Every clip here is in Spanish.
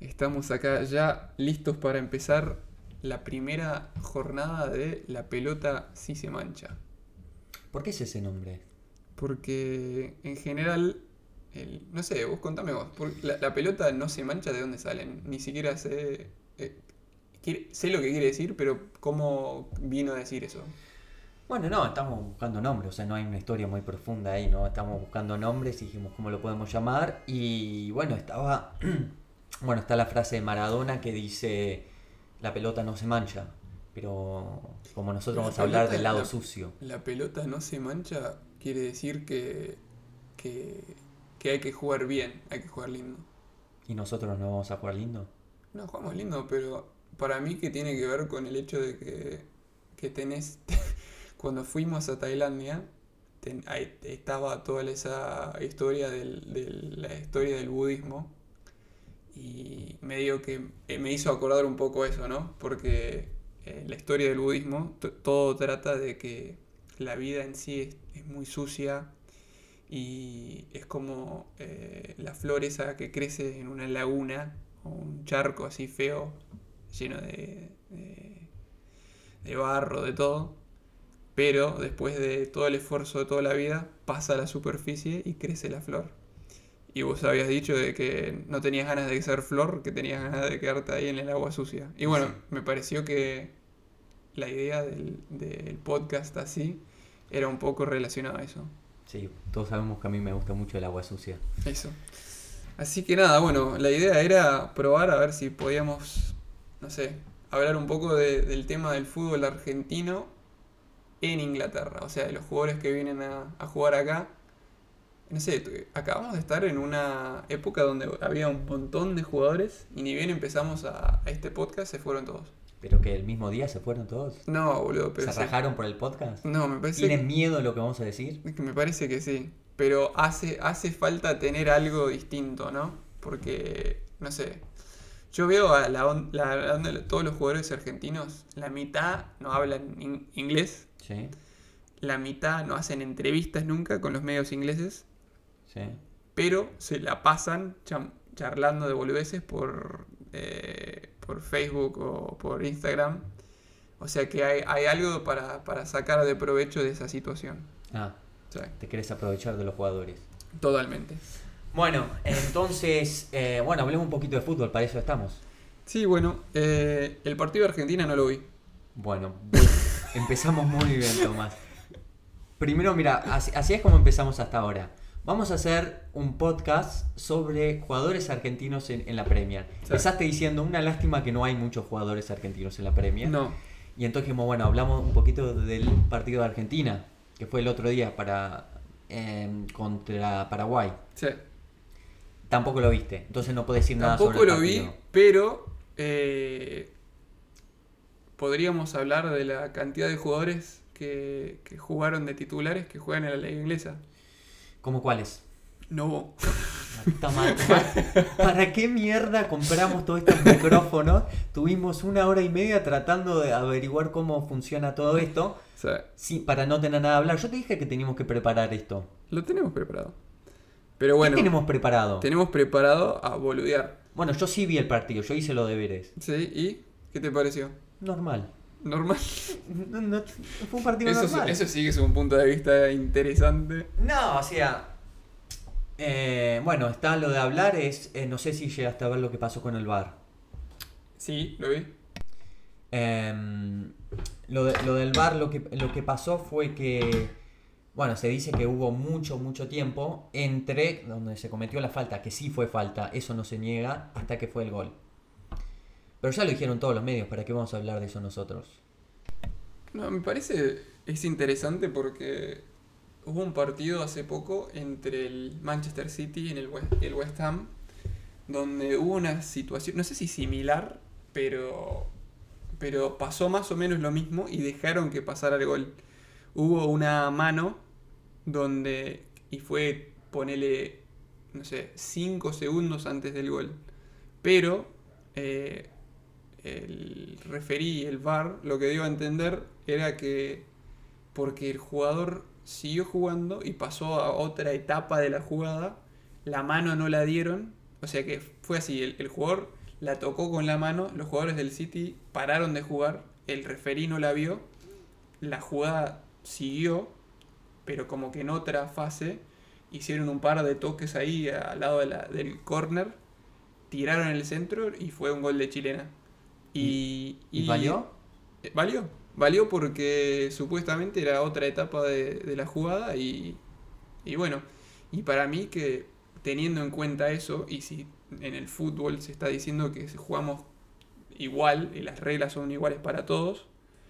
Estamos acá ya listos para empezar la primera jornada de La pelota sí se mancha. ¿Por qué es ese nombre? Porque en general, no sé, vos contame vos, la pelota no se mancha, ¿de dónde salen? Ni siquiera sé, sé lo que quiere decir, pero ¿cómo vino a decir eso? Bueno, no, estamos buscando nombres, o sea, no hay una historia muy profunda ahí, ¿no? Estamos buscando nombres y dijimos cómo lo podemos llamar. Y bueno, bueno, está la frase de Maradona que dice, la pelota no se mancha. Pero como nosotros La vamos a hablar pelota, del lado sucio. la pelota no se mancha quiere decir que, que hay que jugar bien, hay que jugar lindo. Y nosotros no vamos a jugar lindo. No, jugamos lindo, pero para mí que tiene que ver con el hecho de que tenés... Cuando fuimos a Tailandia, ahí estaba toda esa historia de la historia del budismo y medio que me hizo acordar un poco eso, ¿no? Porque la historia del budismo todo trata de que la vida en sí es muy sucia y es como la flor esa que crece en una laguna o un charco así feo, lleno de barro, de todo. Pero después de todo el esfuerzo de toda la vida, pasa a la superficie y crece la flor. Y vos habías dicho de que no tenías ganas de ser flor, que tenías ganas de quedarte ahí en el agua sucia. Y Y bueno, sí, me pareció que la idea del podcast así era un poco relacionada a eso. sí, todos sabemos que a mí me gusta mucho el agua sucia. Eso. Así que nada, bueno, la idea era probar a ver si podíamos, no sé, hablar un poco del tema del fútbol argentino en Inglaterra. O sea, de los jugadores que vienen a jugar acá. No sé, acabamos de estar en una época donde había un montón de jugadores y ni bien empezamos a este podcast se fueron todos. Pero que el mismo día se fueron todos. No, boludo, pero ¿Se rajaron por el podcast? no, me parece ¿Tienen miedo de lo que vamos a decir? me parece que sí. Pero hace falta tener algo distinto, ¿no? Porque, no sé, yo veo a la onda de todos los jugadores argentinos, la mitad no hablan inglés, Sí, la mitad no hacen entrevistas nunca con los medios ingleses, sí. pero se la pasan charlando de boludeces por Facebook o por Instagram. O sea que hay algo para sacar de provecho de esa situación. Ah, Sí, te querés aprovechar de los jugadores. totalmente. Bueno, entonces, bueno, hablemos un poquito de fútbol, para eso estamos. Sí, bueno, el partido de Argentina no lo vi. Bueno, empezamos muy bien, Tomás. Primero, mira, así es como empezamos hasta ahora. Vamos a hacer un podcast sobre jugadores argentinos en la Premier. Sí. Empezaste diciendo, una lástima que no hay muchos jugadores argentinos en la Premier. No, Y entonces dijimos, bueno, hablamos un poquito del partido de Argentina, que fue el otro día contra Paraguay. sí. Tampoco lo viste, entonces no puedes decir nada sobre Tampoco el lo vi, partido. pero podríamos hablar de la cantidad de jugadores que jugaron de titulares que juegan en la liga inglesa. ¿Cómo cuáles? No hubo. La puta madre, ¿para qué mierda compramos todos estos micrófonos? Tuvimos 1 hora y media tratando de averiguar cómo funciona todo esto. O sea, Sí, para no tener nada a hablar. Yo te dije que teníamos que preparar esto. lo tenemos preparado. Pero ¿Qué bueno, tenemos preparado? tenemos preparado a boludear. Bueno, yo sí vi el partido, yo hice los deberes. ¿Sí? ¿Y qué te pareció? Normal. ¿Normal? Fue un partido normal. Eso sí que es un punto de vista interesante. No, o sea... bueno, está lo de hablar, no sé si llegaste a ver lo que pasó con el VAR. Sí, lo vi. Lo del VAR, lo que pasó fue que, bueno, se dice que hubo mucho tiempo entre donde se cometió la falta, que sí fue falta, eso no se niega, hasta que fue el gol. Pero ya lo dijeron todos los medios, ¿para qué vamos a hablar de eso nosotros? No, me parece es interesante porque hubo un partido hace poco entre el Manchester City y el West Ham donde hubo una situación, no sé si similar, pero pasó más o menos lo mismo y dejaron que pasara el gol. Hubo una mano y fue, ponele, no sé, 5 segundos antes del gol. Pero el referí, el VAR, lo que dio a entender era que porque el jugador siguió jugando y pasó a otra etapa de la jugada, la mano no la dieron, o sea que fue así, el jugador la tocó con la mano, los jugadores del City pararon de jugar, el referí no la vio, la jugada siguió, pero como que en otra fase hicieron un par de toques ahí al lado del córner, tiraron el centro y fue un gol de chilena. ¿Y valió? Valió. Valió porque supuestamente era otra etapa de la jugada y bueno, y para mí que teniendo en cuenta eso, y si en el fútbol se está diciendo que jugamos igual y las reglas son iguales para todos,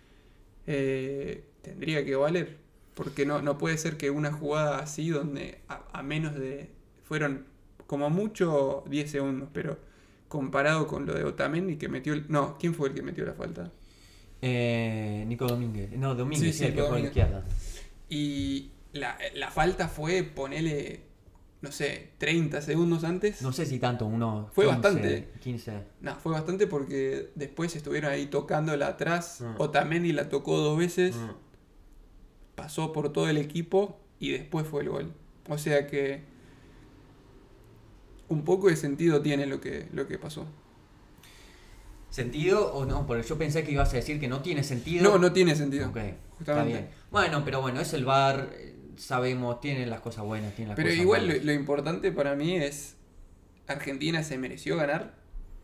tendría que valer. Porque no puede ser que una jugada así donde a menos de... fueron como mucho 10 segundos, pero comparado con lo de Otamendi que metió... No, ¿quién fue el que metió la falta? Nico Domínguez. No, Domínguez, Sí, el que fue a la izquierda. Y la falta fue ponerle, no sé, 30 segundos antes. No sé si tanto, unos Fue 15, bastante. 15. No, fue bastante porque después estuvieron ahí tocándola atrás. Otamendi la tocó 2 veces. Pasó por todo el equipo y después fue el gol. O sea que un poco de sentido tiene lo que pasó. ¿Sentido o no? Porque yo pensé que ibas a decir que no tiene sentido. No tiene sentido. Ok, Justamente. está bien. Bueno, pero bueno, es el VAR, sabemos, tiene las cosas buenas, tiene las Pero cosas igual malas. lo importante para mí es, ¿Argentina se mereció ganar?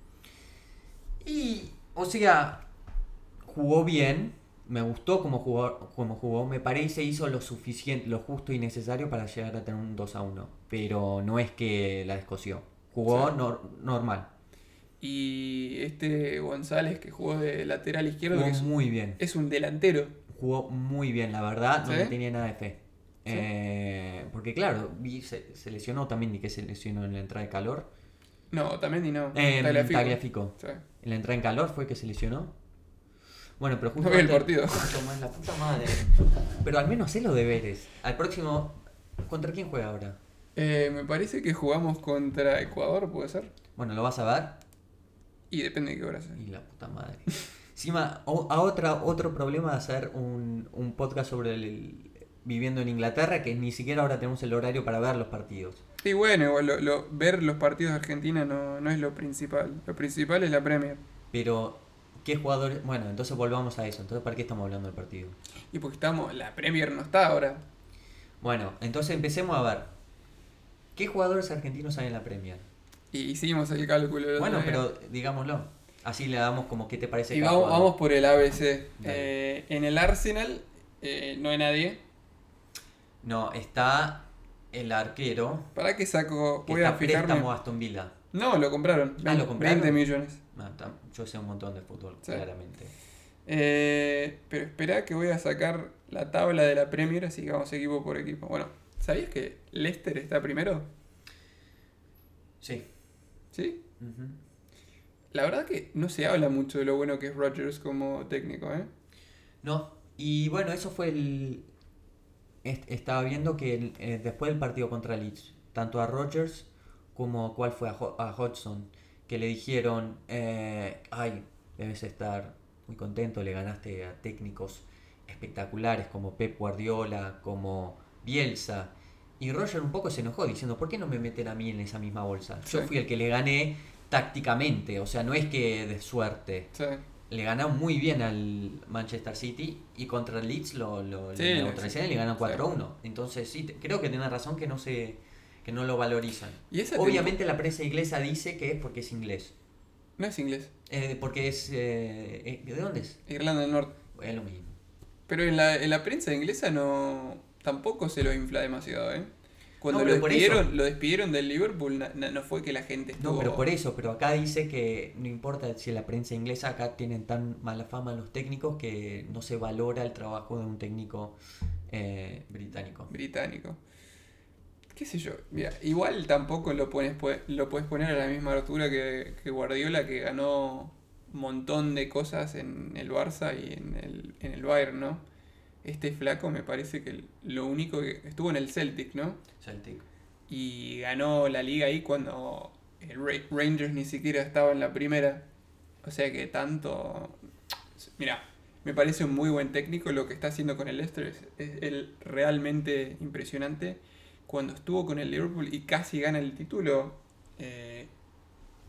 Y, o sea, jugó bien, me gustó como jugó, me parece hizo lo suficiente, lo justo y necesario para llegar a tener un 2-1, pero no es que la descosió, jugó Sí. Normal, Y este González que jugó de lateral izquierdo, jugó que muy bien, es un delantero. jugó muy bien, la verdad, no ¿Sí? le tenía nada de fe. ¿Sí? Porque claro, se lesionó también, ¿y qué se lesionó en la entrada de calor? No, Otamendi no. Tagliafico. Sí. En la entrada en calor fue que se lesionó. Bueno, pero justo No vi el antes- partido. La puta madre. Pero al menos sé los deberes. Al próximo. ¿Contra quién juega ahora? Me parece que jugamos contra Ecuador, ¿puede ser? Bueno, ¿lo vas a ver? Y depende de qué hora sea. Y la puta madre. Encima, otro problema de hacer un podcast sobre viviendo en Inglaterra, que ni siquiera ahora tenemos el horario para ver los partidos. Y bueno, igual ver los partidos de Argentina no es lo principal. Lo principal es la Premier. Pero, ¿qué jugadores? Bueno, entonces volvamos a eso. Entonces, ¿para qué estamos hablando del partido? Y porque la Premier no está ahora. Bueno, entonces empecemos a ver. ¿Qué jugadores argentinos hay en la Premier? Y hicimos el cálculo el otro Bueno, día. pero digámoslo. Así le damos como qué te parece Y cada vamos, jugador. vamos por el ABC. Dale. En el Arsenal no hay nadie. No, está el arquero ¿Para qué saco? que Voy está a fijarme. préstamo a Aston Villa. No, lo compraron. Ah, ¿lo compraron? 20 millones. Yo sé un montón de fútbol, Sí. claramente. Pero espera que voy a sacar la tabla de la Premier, así que vamos equipo por equipo. Bueno, ¿sabías que Leicester está primero? Sí. ¿Sí? Ujú. La verdad que no se habla mucho de lo bueno que es Rodgers como técnico, ¿eh? No, y bueno, eso fue estaba viendo que después del partido contra Leeds, tanto a Rodgers como cuál fue a Hodgson, que le dijeron, ay, debes estar muy contento, le ganaste a técnicos espectaculares como Pep Guardiola, como Bielsa. Y Roger un poco se enojó diciendo, ¿por qué no me meten a mí en esa misma bolsa? Yo Sí. fui el que le gané tácticamente, o sea, no es que de suerte. Sí. Le ganó muy bien al Manchester City y contra el Leeds lo Sí, neutralizaron y le ganó sí. 4-1. Entonces sí, creo que tiene razón que que no lo valorizan. Y esa Obviamente la prensa inglesa dice que es porque es inglés. no es inglés, Porque es... ¿de dónde es? Irlanda del Norte. Es lo mismo. Pero en la prensa inglesa tampoco se lo infla demasiado, ¿eh? Cuando No, pero por eso. lo despidieron del Liverpool, no fue que la gente estuvo... No, pero por eso, pero acá dice que no importa si la prensa inglesa, acá tienen tan mala fama los técnicos que no se valora el trabajo de un técnico británico. británico. Qué sé yo, mira, igual tampoco lo puedes poner a la misma altura que Guardiola, que ganó un montón de cosas en el Barça y en el Bayern, ¿no? Este flaco me parece que lo único que estuvo en el Celtic, ¿no? Celtic. Y ganó la liga ahí cuando el Rangers ni siquiera estaba en la primera. O sea que tanto... Mira, me parece un muy buen técnico. Lo que está haciendo con el Leicester es realmente impresionante. Cuando estuvo con el Liverpool y casi gana el título,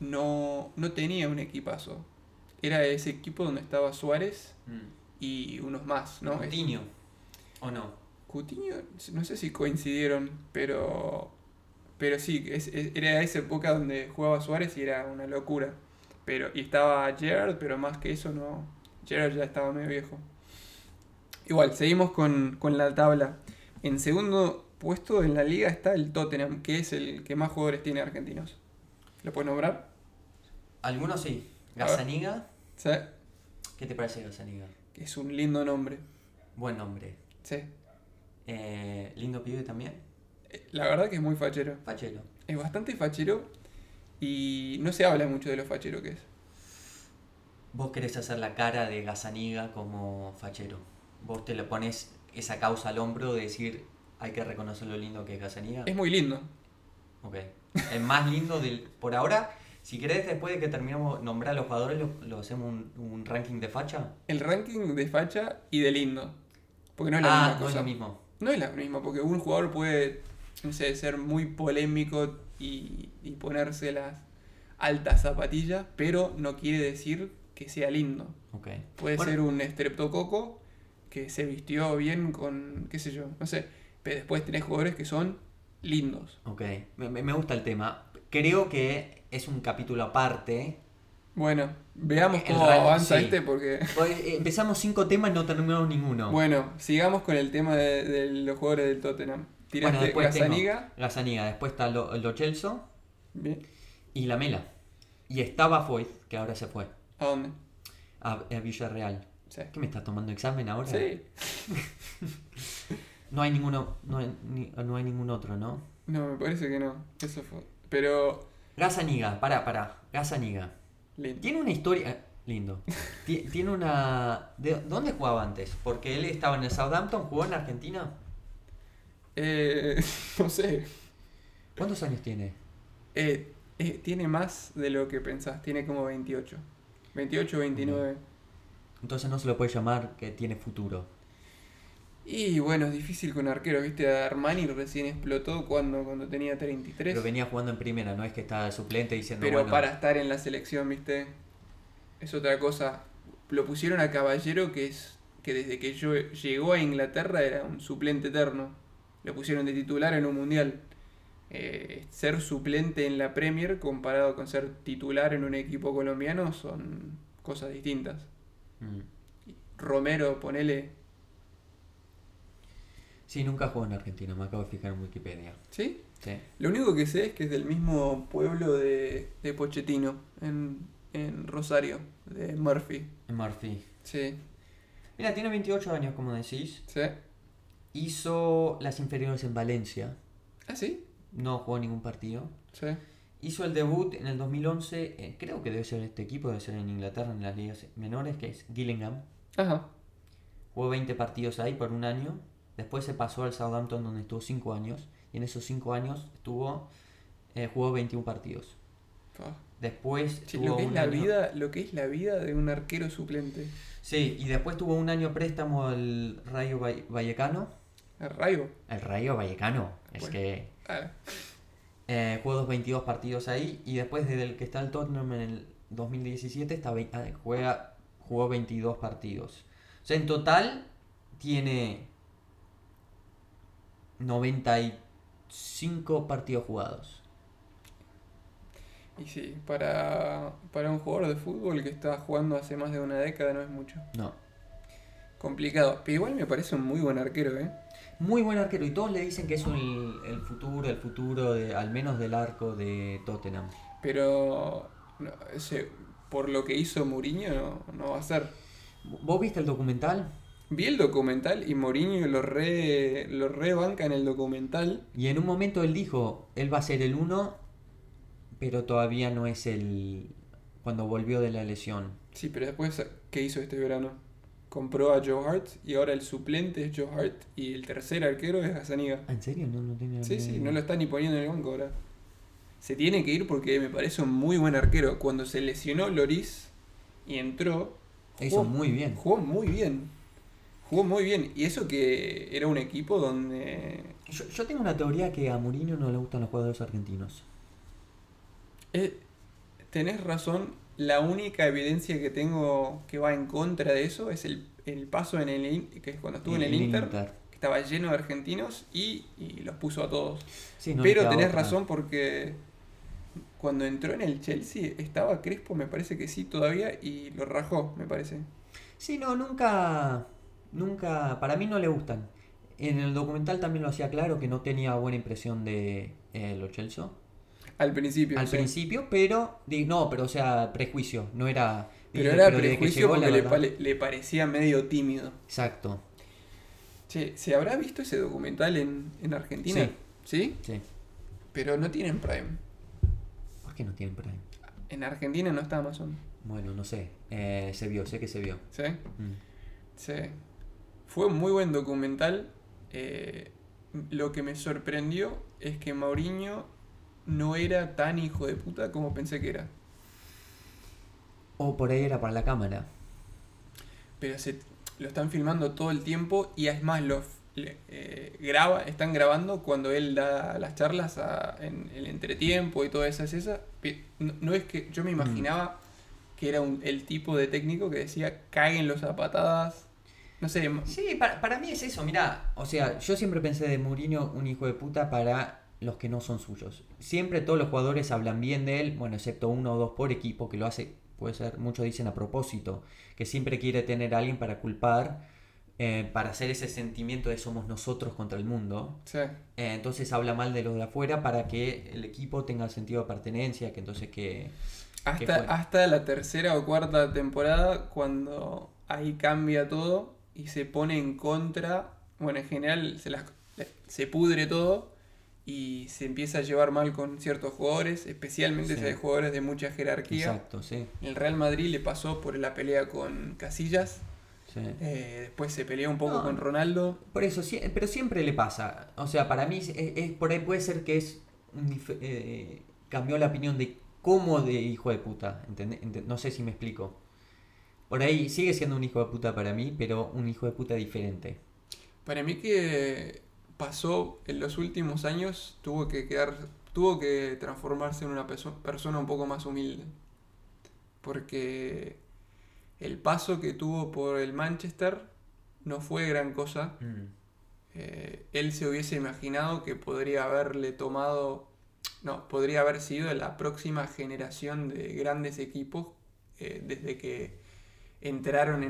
no tenía un equipazo. Era ese equipo donde estaba Suárez y unos más, ¿no? Coutinho, ¿o no? Coutinho, no sé si coincidieron, pero sí, era esa época donde jugaba Suárez y era una locura. Y estaba Gerrard, pero más que eso no. Gerrard ya estaba medio viejo. Igual, seguimos con la tabla. En segundo puesto en la liga está el Tottenham, que es el que más jugadores tiene argentinos. ¿Lo puedes nombrar? Algunos sí. A ver. Gazzaniga. ¿Sí? ¿Qué te parece Gazzaniga? Que es un lindo nombre. Buen nombre. Sí. Lindo pibe también. La verdad que es muy fachero. Fachero. Es bastante fachero y no se habla mucho de lo fachero que es. Vos querés hacer la cara de Gazzaniga como fachero. Vos te le pones esa causa al hombro de decir hay que reconocer lo lindo que es Gazzaniga. Es muy lindo. Ok. El más lindo del... Por ahora, si querés después de que terminamos nombrar a los jugadores, lo hacemos un ranking de facha. El ranking de facha y de lindo. Porque no es la misma no cosa. es lo mismo. No es la misma, porque un jugador puede, no sé, ser muy polémico y ponerse las altas zapatillas, pero no quiere decir que sea lindo. Okay. Puede ser un estreptococo que se vistió bien con, qué sé yo, no sé. Pero después tenés jugadores que son lindos. Ok, me gusta el tema. Creo que es un capítulo aparte. Bueno, veamos cómo ranking, avanza sí. porque... Empezamos 5 temas y no terminamos ninguno. Bueno, sigamos con el tema de los jugadores del Tottenham. Tiraste después Gazzaniga. tengo Gazzaniga, después está Lo Celso Bien. y Lamela. Y estaba Foyth, que ahora se fue, ¿A dónde? a Villarreal. Sí. ¿Qué me estás tomando examen ahora? Sí. No hay ninguno, no hay ningún otro, ¿no? No, me parece que no. Eso fue. Pero... Gazzaniga, pará. Gazzaniga. Lindo. Tiene una historia... lindo. Tiene una... ¿De dónde jugaba antes? Porque él estaba en el Southampton, jugó en Argentina. No sé. ¿Cuántos años tiene? Tiene más de lo que pensás. Tiene como 28. 28 o 29. Entonces no se lo puede llamar que tiene futuro. Y bueno, es difícil con arquero, ¿viste? Armani recién explotó cuando tenía 33. Pero venía jugando en primera, no es que está de suplente diciendo... Pero bueno, para estar en la selección, ¿viste? Es otra cosa. Lo pusieron a Caballero, que desde que llegó a Inglaterra era un suplente eterno. Lo pusieron de titular en un mundial. Ser suplente en la Premier comparado con ser titular en un equipo colombiano son cosas distintas. Romero, ponele... Sí, nunca jugó en Argentina, me acabo de fijar en Wikipedia. ¿Sí? Sí. Lo único que sé es que es del mismo pueblo de Pochettino, en Rosario, de Murphy. Murphy. Sí. Mira, tiene 28 años, como decís. ¿Sí? Hizo las inferiores en Valencia. ¿Ah, sí? No jugó ningún partido. Sí. Hizo el debut en el 2011, creo que debe ser este equipo, debe ser en Inglaterra, en las ligas menores, que es Gillingham. Ajá. Jugó 20 partidos ahí por un año. Después se pasó al Southampton, donde estuvo 5 años. Y en esos 5 años jugó 21 partidos. Oh. Después Sí, tuvo lo que es la año... vida, lo que es la vida de un arquero suplente. Sí, y después tuvo un año préstamo al Rayo Vallecano. ¿A Rayo? El Rayo Vallecano. Es Bueno. que Ah, jugó 22 partidos ahí. Y después, desde el que está el Tottenham en el 2017, jugó 22 partidos. O sea, en total tiene 95 partidos jugados. y sí, para un jugador de fútbol que está jugando hace más de una década no es mucho. No. Complicado. Pero igual me parece un muy buen arquero, ¿eh? Muy buen arquero. Y todos le dicen que es el futuro al menos del arco de Tottenham. Pero no, por lo que hizo Mourinho no va a ser. ¿Vos viste el documental? Vi el documental y Mourinho lo rebanca en el documental. Y en un momento él dijo, él va a ser el 1, pero todavía no es cuando volvió de la lesión. Sí, pero después, ¿qué hizo este verano? Compró a Joe Hart y ahora el suplente es Joe Hart y el tercer arquero es Gazzaniga. ¿En serio? No tenía Sí, ni sí, idea. no lo está ni poniendo en el banco ahora. Se tiene que ir porque me parece un muy buen arquero. Cuando se lesionó Loris y entró, Hizo muy bien. Jugó muy bien. Jugó muy bien. Y eso que era un equipo donde... Yo tengo una teoría que a Mourinho no le gustan los jugadores argentinos. tenés razón. La única evidencia que tengo que va en contra de eso es el paso en que es cuando estuvo en el Inter, que estaba lleno de argentinos y los puso a todos. Sí, no le Pero queda tenés otra. razón porque cuando entró en el Chelsea estaba Crespo, me parece que sí todavía, y lo rajó, me parece. Sí, no, nunca, para mí no le gustan. En el documental también lo hacía claro que no tenía buena impresión de Lo Celso Al principio, al sí. principio, pero, no, pero o sea, prejuicio, no era, Pero dije, era pero desde que prejuicio llegó, la porque verdad, le parecía medio tímido. exacto, Che, ¿se habrá visto ese documental en Argentina? sí, ¿Sí? sí. Pero no tienen Prime. ¿Por qué no tienen Prime? En Argentina no está Amazon. Bueno, no sé, se vio, sé que se vio. ¿Sí? Mm. Sí. Fue un muy buen documental. Eh, lo que me sorprendió es que Mourinho no era tan hijo de puta como pensé que era. O por ahí era para la cámara. Pero lo están filmando todo el tiempo y es más, están grabando cuando él da las charlas en el entretiempo y todas esas. No, no es que yo me Mm. imaginaba que era el tipo de técnico que decía cáguenlos a patadas. No sé, Sí, para mí es eso, mirá, o sea, yo siempre pensé de Mourinho un hijo de puta para los que no son suyos. Siempre todos los jugadores hablan bien de él, bueno, excepto uno o dos por equipo que lo hace, puede ser, muchos dicen a propósito, que siempre quiere tener a alguien para culpar, para hacer ese sentimiento de somos nosotros contra el mundo. sí. Entonces habla mal de los de afuera para que el equipo tenga sentido de pertenencia, que entonces que Hasta, fue. hasta la tercera o cuarta temporada, cuando ahí cambia todo y se pone en contra. Bueno, en general se pudre todo y se empieza a llevar mal con ciertos jugadores, especialmente si Sí, hay jugadores de mucha jerarquía. exacto, sí, El Real Madrid le pasó por la pelea con Casillas, sí. después se peleó un poco con No, Ronaldo. por eso, sí, pero siempre le pasa. O sea, para mí por ahí puede ser que cambió la opinión de cómo de hijo de puta. No sé si me explico. Por ahí sigue siendo un hijo de puta para mí, pero un hijo de puta diferente. Para mí que pasó en los últimos años, tuvo que transformarse en una persona un poco más humilde. Porque el paso que tuvo por el Manchester no fue gran cosa. Mm, Él se hubiese imaginado que podría haberle tomado, no, podría haber sido la próxima generación de grandes equipos desde que entraron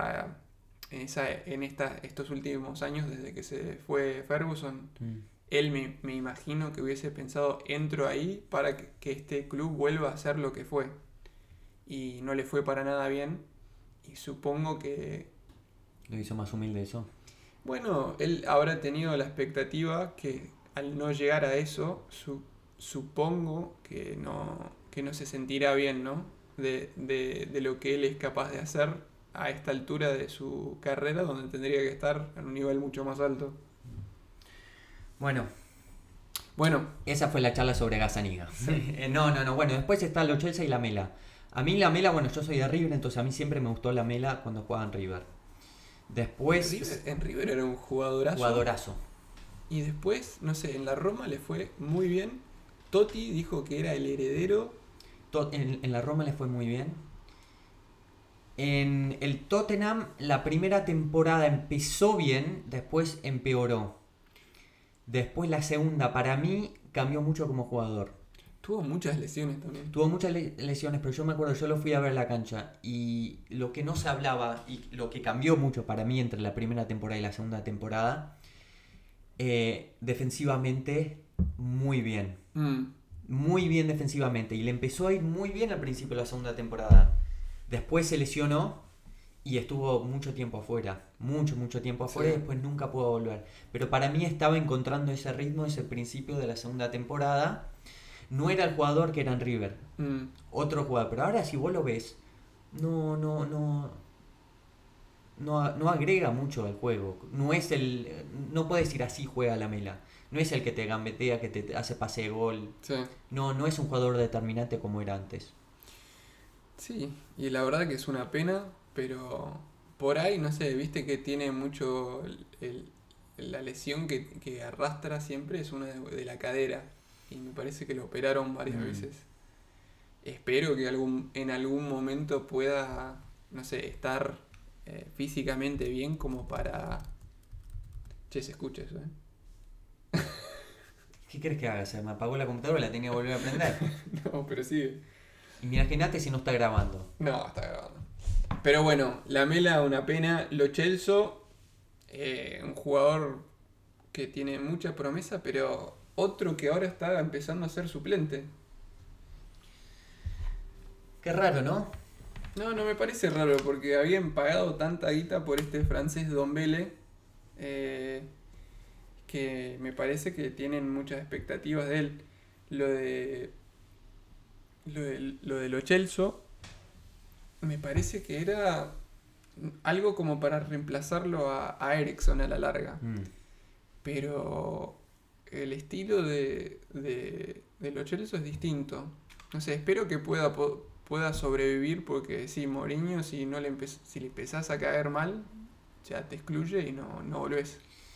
estos últimos años, desde que se fue Ferguson. mm. Él me imagino que hubiese pensado, entro ahí para que este club vuelva a ser lo que fue. Y no le fue para nada bien. Y supongo que, Lo hizo más humilde eso. bueno, él habrá tenido la expectativa que al no llegar a eso, supongo que no se sentirá bien, ¿no? De lo que él es capaz de hacer a esta altura de su carrera, donde tendría que estar en un nivel mucho más alto. Bueno, Bueno, esa fue la charla sobre Gazzaniga. No. Bueno, después está Lo Chelsea y la Mela. A mí la Mela, bueno, yo soy de River, entonces a mí siempre me gustó la Mela cuando jugaba en River. Después, En River era un jugadorazo. jugadorazo. Y después, no sé, en la Roma le fue muy bien. Totti dijo que era el heredero. En la Roma le fue muy bien. En el Tottenham la primera temporada empezó bien, después empeoró. Después la segunda para mí cambió mucho como jugador. Tuvo muchas lesiones también. Tuvo muchas lesiones, pero yo me acuerdo, yo lo fui a ver a la cancha y lo que no se hablaba y lo que cambió mucho para mí entre la primera temporada y la segunda temporada, defensivamente muy bien. Mm, Muy bien defensivamente y le empezó a ir muy bien al principio de la segunda temporada. Después se lesionó y estuvo mucho tiempo afuera, mucho tiempo sí. afuera y después nunca pudo volver. Pero para mí estaba encontrando ese ritmo, ese principio de la segunda temporada. No era el jugador que era en River, Mm, otro jugador. Pero ahora si vos lo ves, no agrega mucho al juego. No puedes decir así juega la Mela. No es el que te gambetea, que te hace pase de gol. sí. No es un jugador determinante como era antes. Sí, y la verdad que es una pena, pero por ahí, no sé, viste que tiene mucho la lesión que arrastra siempre es una de la cadera. Y me parece que lo operaron varias Mm. veces. espero que en algún momento pueda, no sé, estar físicamente bien como para... Che, se escucha eso, ¿eh? ¿Qué crees que haga? Se me apagó la computadora y la tenía que volver a prender. No, pero sí. Imagínate si no está grabando. No, está grabando. Pero bueno, la Mela, una pena. Lo Celso, un jugador que tiene mucha promesa, pero otro que ahora está empezando a ser suplente. Qué raro, ¿no? No, no me parece raro, porque habían pagado tanta guita por este francés Dombele, eh, que me parece que tienen muchas expectativas de él. Lo de lo Celso me parece que era algo como para reemplazarlo a Ericsson a la larga. Mm. Pero el estilo de Lo Celso es distinto. No sé, espero que pueda sobrevivir porque sí, Mourinho si le empezás a caer mal, ya te excluye y no volvés.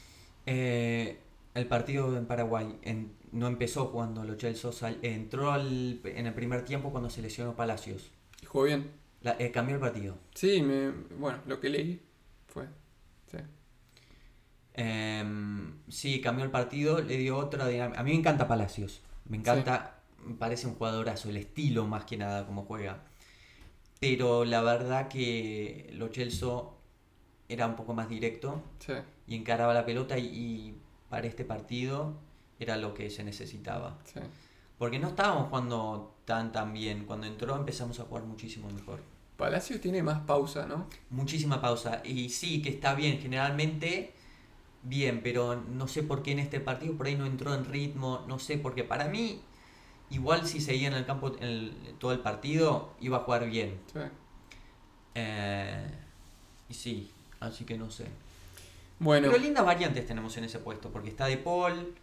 El partido en Paraguay no empezó cuando Lo Celso entró en el primer tiempo cuando se lesionó Palacios. Y jugó bien. Cambió el partido. Sí, bueno, lo que leí fue. Sí. Sí, cambió el partido, le dio otra dinámica. A mí me encanta Palacios. Me encanta, me parece un jugadorazo, el estilo más que nada como juega. Pero la verdad que Lo Celso era un poco más directo Sí. y encaraba la pelota y para este partido era lo que se necesitaba. Sí. Porque no estábamos jugando tan bien. Cuando entró empezamos a jugar muchísimo mejor. Palacios tiene más pausa, ¿no? Muchísima pausa. Y sí, que está bien, generalmente bien, pero no sé por qué en este partido por ahí no entró en ritmo. No sé, porque para mí, igual si seguía en el campo todo el partido, iba a jugar bien. Sí. Y sí, así que no sé. Bueno, Pero lindas variantes tenemos en ese puesto, porque está De Paul,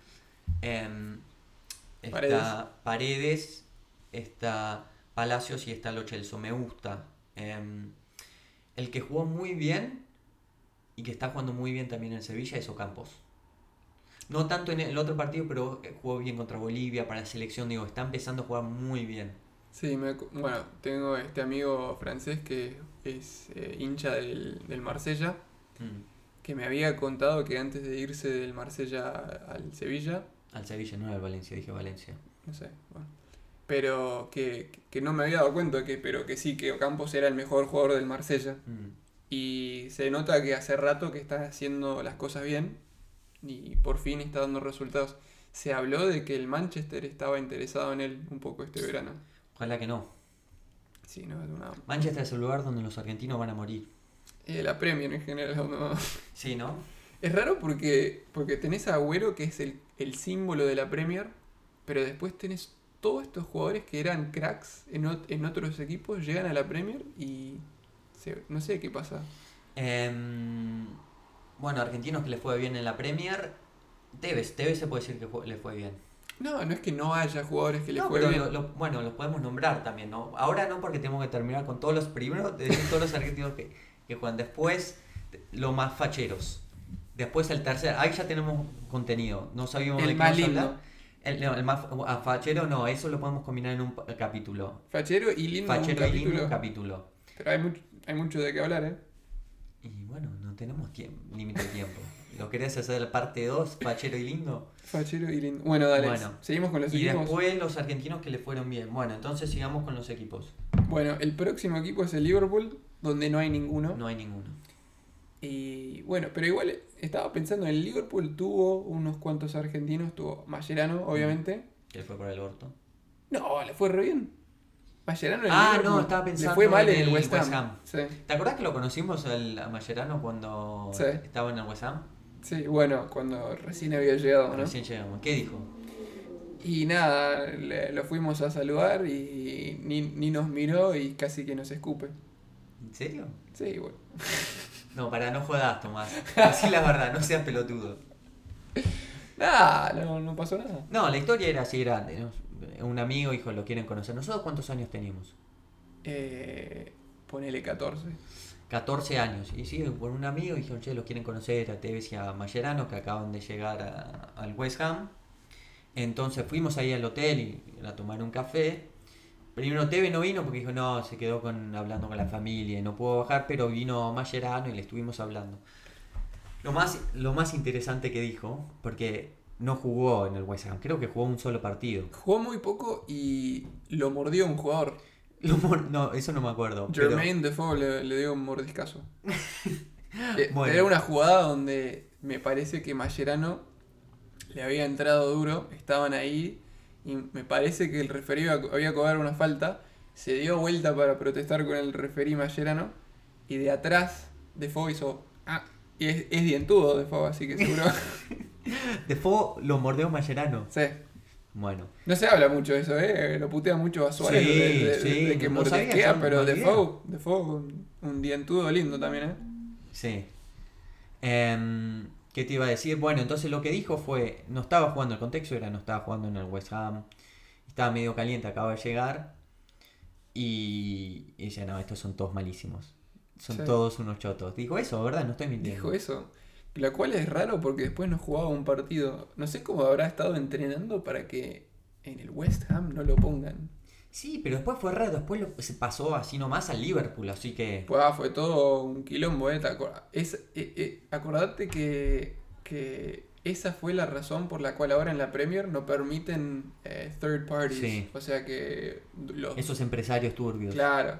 está Paredes, está Palacios y está Lo Celso. Me gusta. El que jugó muy bien y que está jugando muy bien también en Sevilla es Ocampos. No tanto en el otro partido, pero jugó bien contra Bolivia para la selección. Digo, está empezando a jugar muy bien. sí, bueno, tengo este amigo francés que es hincha del Marsella, Mm. que me había contado que antes de irse del Marsella al Sevilla, Al Sevilla, no al Valencia, dije Valencia. no sé, bueno, pero que no me había dado cuenta, pero que sí, que Ocampos era el mejor jugador del Marsella. Mm. Y se nota que hace rato que está haciendo las cosas bien y por fin está dando resultados. Se habló de que el Manchester estaba interesado en él un poco este verano. Ojalá que no. Sí, no es una... Manchester es el lugar donde los argentinos van a morir. La Premier en general, no. Sí, ¿no? Es raro porque tenés a Agüero, que es el símbolo de la Premier, pero después tenés todos estos jugadores que eran cracks en otros equipos, llegan a la Premier y no sé qué pasa. Bueno, argentinos que les fue bien en la Premier. Tevez se puede decir que le fue bien. No, no es que no haya jugadores que les No, fue pero bien. bueno, los podemos nombrar también, ¿no? Ahora no, porque tenemos que terminar con todos los primeros, de decir todos los argentinos que juegan. Después, los más facheros. Después el tercer, ahí ya tenemos contenido. No sabíamos El de qué más íbamos a lindo. hablar. El más fachero no, eso lo podemos combinar en un capítulo. Fachero y lindo Fachero un y lindo, capítulo. un capítulo. Pero hay mucho de qué hablar, ¿eh? Y bueno, no tenemos límite de tiempo. ¿Lo querés hacer parte 2, fachero y lindo? Fachero y lindo. Bueno, dale. Bueno, Seguimos con los y equipos. después los argentinos que le fueron bien. Bueno, entonces sigamos con los equipos. Bueno, el próximo equipo es el Liverpool, donde no hay ninguno. No hay ninguno. Y bueno, pero igual estaba pensando, el Liverpool tuvo unos cuantos argentinos, tuvo Mascherano, obviamente. Que fue por el orto. No, le fue re bien. Mascherano en el Ah, Liverpool no, estaba pensando le fue mal en en el el West West Ham. Ham. Sí, ¿Te acordás que lo conocimos a Mascherano cuando Sí. estaba en el West Ham? sí, bueno, cuando recién había llegado, ¿no? Recién llegamos. ¿Qué dijo? Y nada, lo fuimos a saludar y ni nos miró y casi que nos escupe. ¿En serio? Sí, bueno. No, para no jodas, Tomás. Así la verdad, no seas pelotudo. Nada, no pasó nada. No, la historia era así grande, ¿no? Un amigo dijo, lo quieren conocer. ¿Nosotros cuántos años teníamos? Ponele 14. 14 años. Y sí, por un amigo dijeron, che, lo quieren conocer a Tevez y a Mascherano, que acaban de llegar al West Ham. Entonces fuimos ahí al hotel y a tomar un café. Primero Teve no vino porque dijo, no, se quedó hablando con la familia y no pudo bajar, pero vino Mascherano y le estuvimos hablando. Lo más interesante que dijo, porque no jugó en el West Ham, creo que jugó un solo partido. Jugó muy poco y lo mordió un jugador. No, eso no me acuerdo. Jermaine Defoe le dio un mordiscazo. Bueno. Era una jugada donde me parece que Mascherano le había entrado duro, estaban ahí y me parece que el referí había cobrado una falta, se dio vuelta para protestar con el referí Mascherano y de atrás Defoe hizo y es dientudo Defoe, así que seguro. Defoe lo mordió Mascherano. Sí. Bueno. No se habla mucho de eso, lo putea mucho a Suárez de que no sabía, mordisquea, yo pero no sabía. Defoe un dientudo lindo también, Sí. ¿Qué te iba a decir? Bueno, entonces lo que dijo fue, no estaba jugando, el contexto era no estaba jugando en el West Ham, estaba medio caliente, acaba de llegar y decía, no, estos son todos malísimos, son Sí. todos unos chotos. Dijo eso, ¿verdad? No estoy mintiendo. Dijo eso. Lo cual es raro porque después no jugaba un partido. No sé cómo habrá estado entrenando para que en el West Ham no lo pongan. Sí, pero después fue raro, después se pasó así nomás al Liverpool, así que... Pues fue todo un quilombo, acordate que esa fue la razón por la cual ahora en la Premier no permiten third parties. Sí. O sea que Esos empresarios turbios. Claro.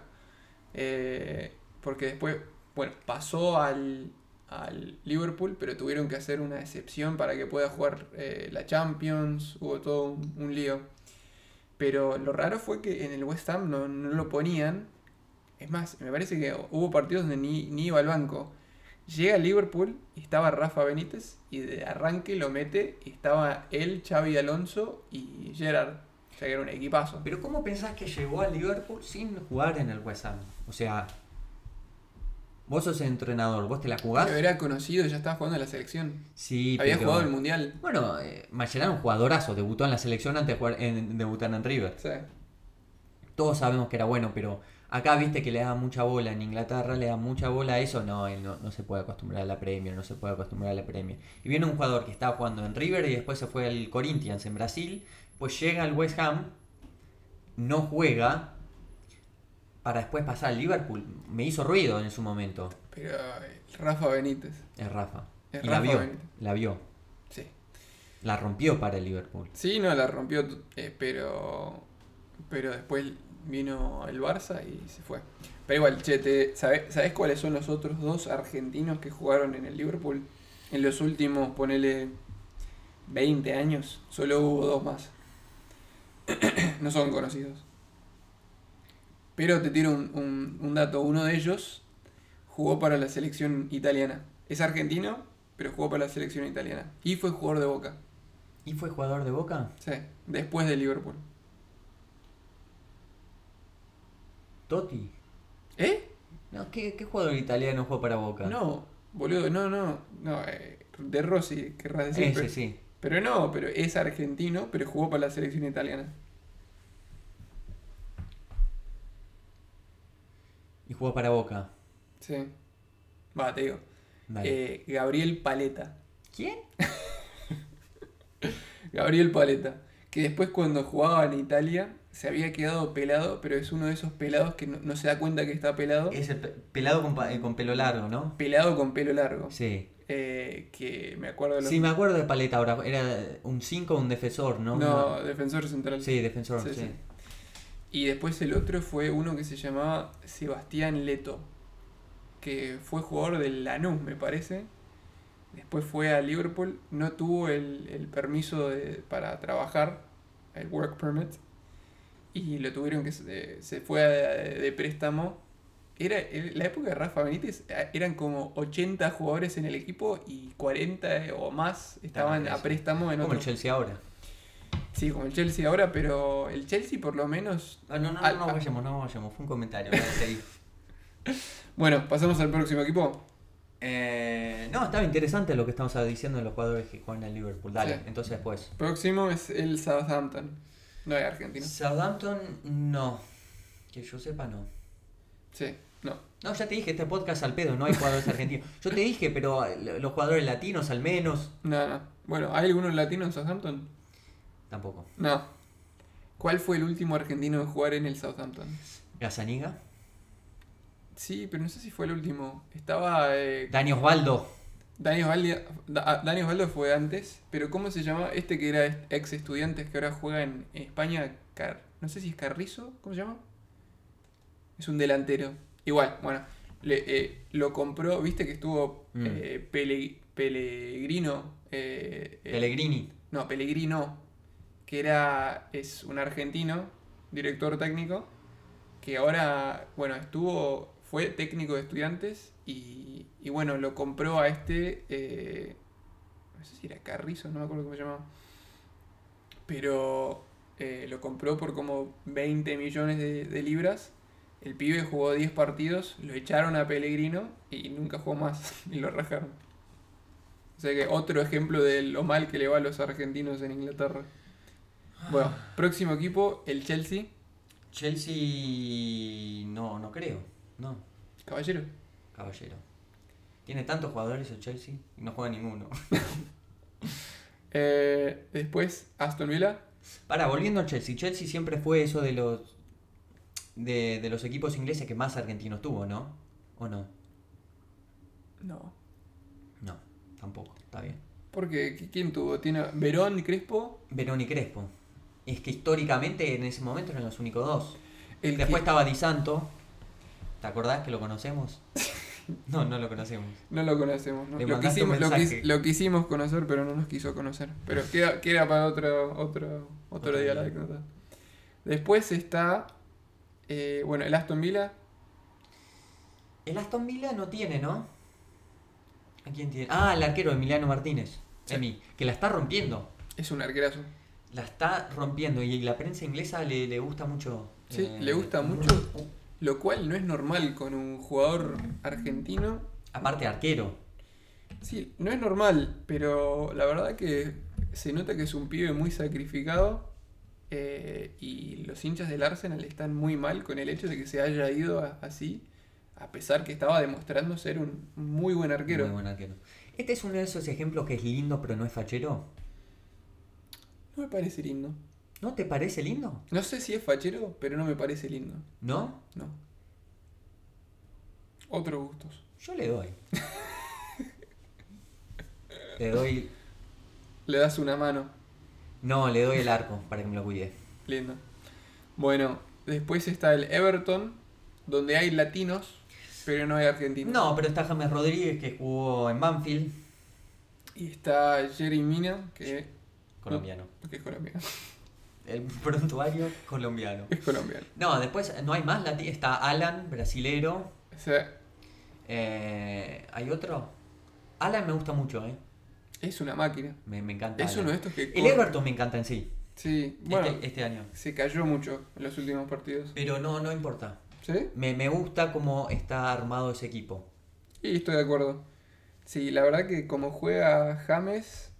Porque después, bueno, pasó al Liverpool, pero tuvieron que hacer una excepción para que pueda jugar la Champions. Hubo todo un lío. Pero lo raro fue que en el West Ham no lo ponían. Es más, me parece que hubo partidos donde ni iba al banco. Llega al Liverpool y estaba Rafa Benítez y de arranque lo mete y estaba él, Xavi Alonso y Gerrard. O sea que era un equipazo. Pero ¿cómo pensás que llegó al Liverpool sin jugar en el West Ham? O sea, vos sos entrenador, ¿vos te la jugás? Pero era conocido, ya estaba jugando en la selección. Sí, Había pero... jugado el Mundial. Bueno, Mascherano es un jugadorazo, debutó en la selección antes de debutar en River. Sí. Todos sabemos que era bueno, pero acá viste que le da mucha bola, en Inglaterra le da mucha bola a eso, no, él no se puede acostumbrar a la Premier, no se puede acostumbrar a la Premier. Y viene un jugador que estaba jugando en River y después se fue al Corinthians en Brasil, pues llega al West Ham, no juega, para después pasar al Liverpool. Me hizo ruido en su momento. Pero Rafa Benítez. Es Rafa. Es Y Rafa la vio, Benítez. la vio. Sí. La rompió para el Liverpool. Sí, no, la rompió, pero después vino el Barça y se fue. Pero igual, che, ¿sabés cuáles son los otros dos argentinos que jugaron en el Liverpool? En los últimos, ponele, 20 años. Solo hubo dos más. No son conocidos. Pero te tiro un dato. Uno de ellos jugó para la selección italiana. Es argentino, pero jugó para la selección italiana. Y fue jugador de Boca. ¿Y fue jugador de Boca? Sí, después de Liverpool. Totti. ¿Eh? No, ¿qué jugador italiano jugó para Boca? No, boludo, no, De Rossi, querrás decir. Ese sí. Pero es argentino, pero jugó para la selección italiana. Y jugó para Boca. Sí. Va, te digo. Dale. Gabriel Paletta. ¿Quién? Gabriel Paletta. Que después cuando jugaba en Italia se había quedado pelado, pero es uno de esos pelados que no se da cuenta que está pelado. Es el pelado con pelo largo, ¿no? Pelado con pelo largo. Sí. Que me acuerdo de los... Sí, me acuerdo de Paleta ahora. Era un 5 o un defensor, ¿no? No, defensor central. Sí, defensor, sí. Y después el otro fue uno que se llamaba Sebastián Leto, que fue jugador del Lanús, me parece. Después fue a Liverpool, no tuvo el permiso para trabajar, el work permit, y lo tuvieron que se fue de préstamo. Era la época de Rafa Benítez, eran como 80 jugadores en el equipo y 40 o más estaban a préstamo en como otro. el Chelsea ahora. Sí, como el Chelsea ahora, pero el Chelsea por lo menos... No vayamos, fue un comentario. Seguí. Bueno, pasamos al próximo equipo. No, estaba interesante lo que estamos diciendo de los jugadores que juegan en Liverpool. Dale, Sí. entonces después. Próximo es el Southampton. No es argentino. Southampton, no. Que yo sepa, no. Sí, no. No, ya te dije, este podcast al pedo, no hay jugadores argentinos. Yo te dije, pero los jugadores latinos al menos. No. Bueno, ¿hay algunos latinos en Southampton? Tampoco. No. ¿Cuál fue el último argentino en jugar en el Southampton? Gazzaniga. Sí, pero no sé si fue el último. Estaba... Dani Osvaldo. Dani Osvaldo fue antes, pero ¿cómo se llama? Este que era ex estudiantes que ahora juega en España, no sé si es Carrizo, ¿cómo se llama? Es un delantero. Igual, bueno, lo compró, viste que estuvo Pellegrino. Pellegrini. No, Pellegrino, que es un argentino, director técnico, que ahora, bueno, fue técnico de estudiantes y bueno, lo compró a no sé si era Carrizo, no me acuerdo cómo se llamaba, pero lo compró por como 20 millones de libras. El pibe jugó 10 partidos, lo echaron a Pellegrino y nunca jugó más y lo rajaron. O sea que otro ejemplo de lo mal que le va a los argentinos en Inglaterra. Bueno, próximo equipo, el Chelsea. Chelsea... No creo. No, Caballero. caballero. Tiene tantos jugadores el Chelsea y no juega ninguno. Después, Aston Villa. Volviendo al Chelsea. Chelsea siempre fue eso de los... De los equipos ingleses que más argentinos tuvo, ¿no? ¿O no? No. No, tampoco. Está bien. Porque, ¿quién tuvo? Tiene Verón y Crespo. Verón y Crespo. Es que históricamente en ese momento eran los únicos dos. El Después que- estaba Di Santo. ¿Te acordás que lo conocemos? No lo conocemos. No lo conocemos, ¿no? Le Lo mandaste un quisimos, mensaje. lo quisimos conocer, pero no nos quiso conocer. Pero queda para otro día la anécdota. Después está, bueno, el Aston Villa. El Aston Villa no tiene, ¿no? ¿A quién tiene? Ah, el arquero Emiliano Martínez. Sí. Emi, que la está rompiendo. Es un arquerazo. La está rompiendo y la prensa inglesa le gusta mucho. Sí, le gusta mucho. Lo cual no es normal con un jugador argentino. Aparte arquero. Sí, no es normal, pero la verdad que se nota que es un pibe muy sacrificado y los hinchas del Arsenal están muy mal con el hecho de que se haya ido así, a pesar que estaba demostrando ser un muy buen arquero. Muy buen arquero. Este es uno de esos ejemplos que es lindo pero no es fachero. No me parece lindo. ¿No te parece lindo? No sé si es fachero, pero no me parece lindo. ¿No? No. Otros gustos. Yo le doy. Le doy... Le das una mano. No, le doy el arco para que me lo cuide. Lindo. Bueno, después está el Everton, donde hay latinos, pero no hay argentinos. No, pero está James Rodríguez que jugó en Banfield. Y está Jerry Mina, que Colombiano. que es colombiano. El prontuario colombiano. Es colombiano. No, después no hay más latinos. Está Alan, brasilero. O sea, ¿Hay otro? Alan me gusta mucho, es una máquina. Me encanta. Es Alan. uno de estos que El corre. Everton me encanta en sí. Sí, bueno, Este año. se cayó mucho en los últimos partidos. Pero no importa. ¿Sí? Me gusta cómo está armado ese equipo. Y estoy de acuerdo. Sí, la verdad que como juega James,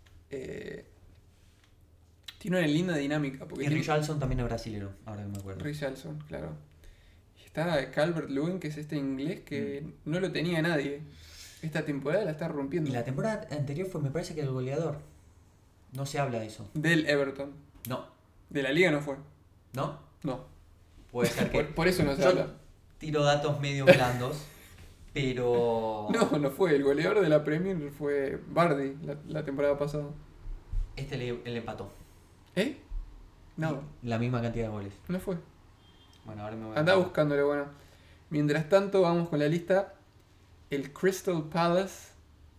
tiene una linda dinámica. Porque Y tiene Richarlison también es brasilero, ahora que me acuerdo. Richarlison, claro. Y está Calvert-Lewin, que es este inglés que no lo tenía nadie. Esta temporada la está rompiendo. Y la temporada anterior me parece que el goleador. No se habla de eso. Del Everton. No. De la liga no fue. ¿No? No. Puede ser que... Por eso no se Yo habla. tiro datos medio blandos, pero... No fue. El goleador de la Premier fue Bardi la temporada pasada. Este le empató. ¿Eh? No, La misma cantidad de goles. no fue. Bueno, ahora me voy a... Andá buscándole, bueno. Mientras tanto, vamos con la lista. El Crystal Palace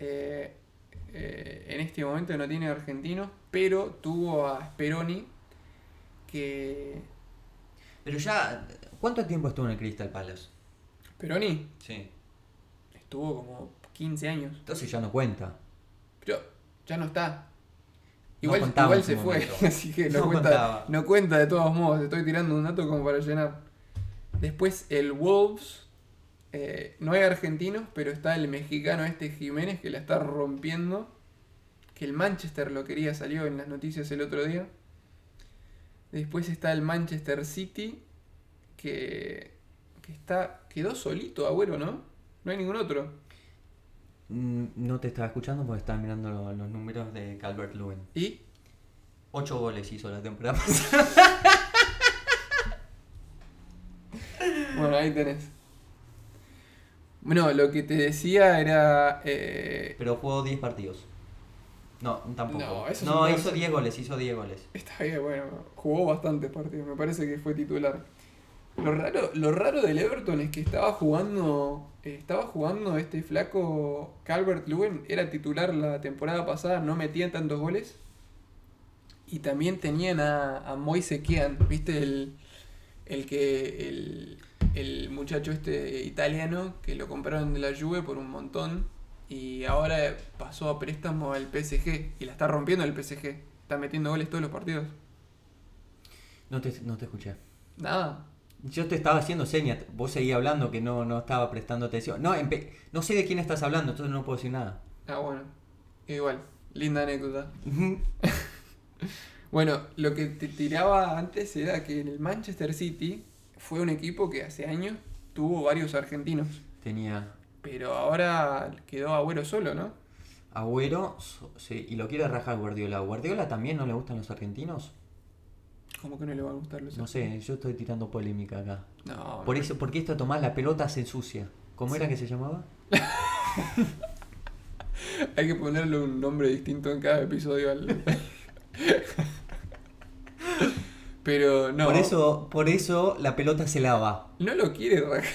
en este momento no tiene argentinos, pero tuvo a Speroni, que... Pero ya... ¿Cuánto tiempo estuvo en el Crystal Palace? Speroni Sí. estuvo como 15 años, Entonces ya no cuenta. pero ya no está. No Igual, contaba igual en su se fue, momento. así que No contaba. no cuenta de todos modos. Estoy tirando un dato como para llenar. Después el Wolves. No hay argentinos, pero está el mexicano Jiménez que la está rompiendo. Que el Manchester lo quería, salió en las noticias el otro día. Después está el Manchester City, que quedó solito Agüero, ¿no? No hay ningún otro. No te estaba escuchando porque estaba mirando los números de Calvert-Lewin. ¿Y? 8 goles hizo la temporada pasada. Bueno, ahí tenés. Bueno, lo que te decía era... Pero jugó 10 partidos. No, tampoco. No, eso es No, un hizo tercio. 10 goles, hizo 10 goles. Está bien, bueno, jugó bastantes partidos, me parece que fue titular. Lo raro del Everton es que estaba jugando este flaco Calvert-Lewin, era titular la temporada pasada, no metía tantos goles. Y también tenían a Moise Kean, ¿viste? El muchacho este italiano que lo compraron de la Juve por un montón y ahora pasó a préstamo al PSG y la está rompiendo el PSG. Está metiendo goles todos los partidos. No te escuché. Nada. Yo te estaba haciendo señas, vos seguías hablando que no estaba prestando atención. No sé de quién estás hablando, entonces no puedo decir nada. Ah, bueno. Igual. Linda anécdota. Bueno, lo que te tiraba antes era que en el Manchester City fue un equipo que hace años tuvo varios argentinos. Tenía Pero ahora quedó Agüero solo, ¿no? Agüero, sí, y lo quiere rajar Guardiola. ¿Guardiola también no le gustan los argentinos? ¿Cómo que no le van a gustar los No sé, yo estoy tirando polémica acá. No, Por eso, porque esto Tomás, la pelota se ensucia. ¿Cómo era que se llamaba? hay que ponerle un nombre distinto en cada episodio Pero no. Por eso la pelota se lava. No lo quiere rajar.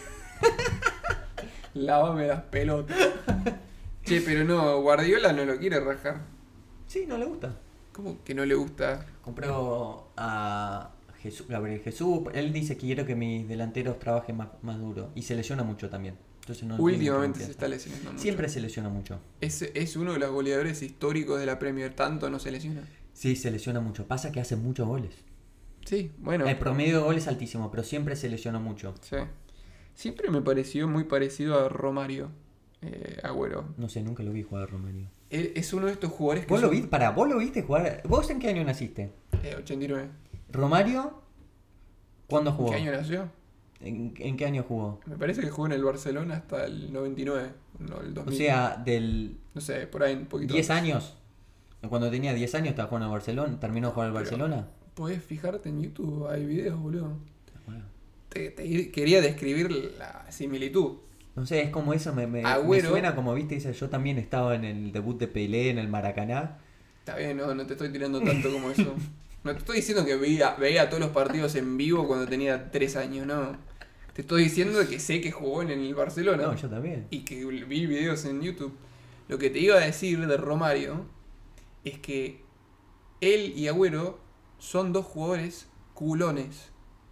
Lávame las pelotas. Che, pero no, Guardiola no lo quiere rajar. Sí, no le gusta. ¿Cómo que no le gusta? Compró a Gabriel Jesús. Él dice que quiero que mis delanteros trabajen más duro. Y se lesiona mucho también. Entonces no tiene Últimamente mucha se está lesionando mucho. Siempre se lesiona mucho. Es uno de los goleadores históricos de la Premier. Tanto no se lesiona. Sí, se lesiona mucho. Pasa que hace muchos goles. Sí, bueno. El promedio de goles es altísimo, pero siempre se lesiona mucho. Sí. Siempre me pareció muy parecido a Romario. Agüero. No sé, nunca lo vi jugar a Romario. Él es uno de estos jugadores que ¿Vos lo viste? ¿Vos lo viste jugar? ¿Vos en qué año naciste? 89. ¿Romario? ¿Cuándo jugó? ¿Qué año nació? ¿En qué año jugó? Me parece que jugó en el Barcelona hasta el 99. No, el 2000. O sea, del No sé, por ahí un poquito 10 antes. años. Cuando tenía 10 años estaba jugando en Barcelona. ¿Terminó de jugar al Pero- Barcelona? Podés fijarte en YouTube, hay videos, boludo. Bueno. Quería describir la similitud. No sé, es como eso, me Agüero. suena como, viste, dice, yo también estaba en el debut de Pelé en el Maracaná. Está bien, no te estoy tirando tanto como eso. No te estoy diciendo que veía todos los partidos en vivo cuando tenía 3 años, no. Te estoy diciendo que sé que jugó en el Barcelona. No, yo también. Y que vi videos en YouTube. Lo que te iba a decir de Romario es que él y Agüero son dos jugadores culones.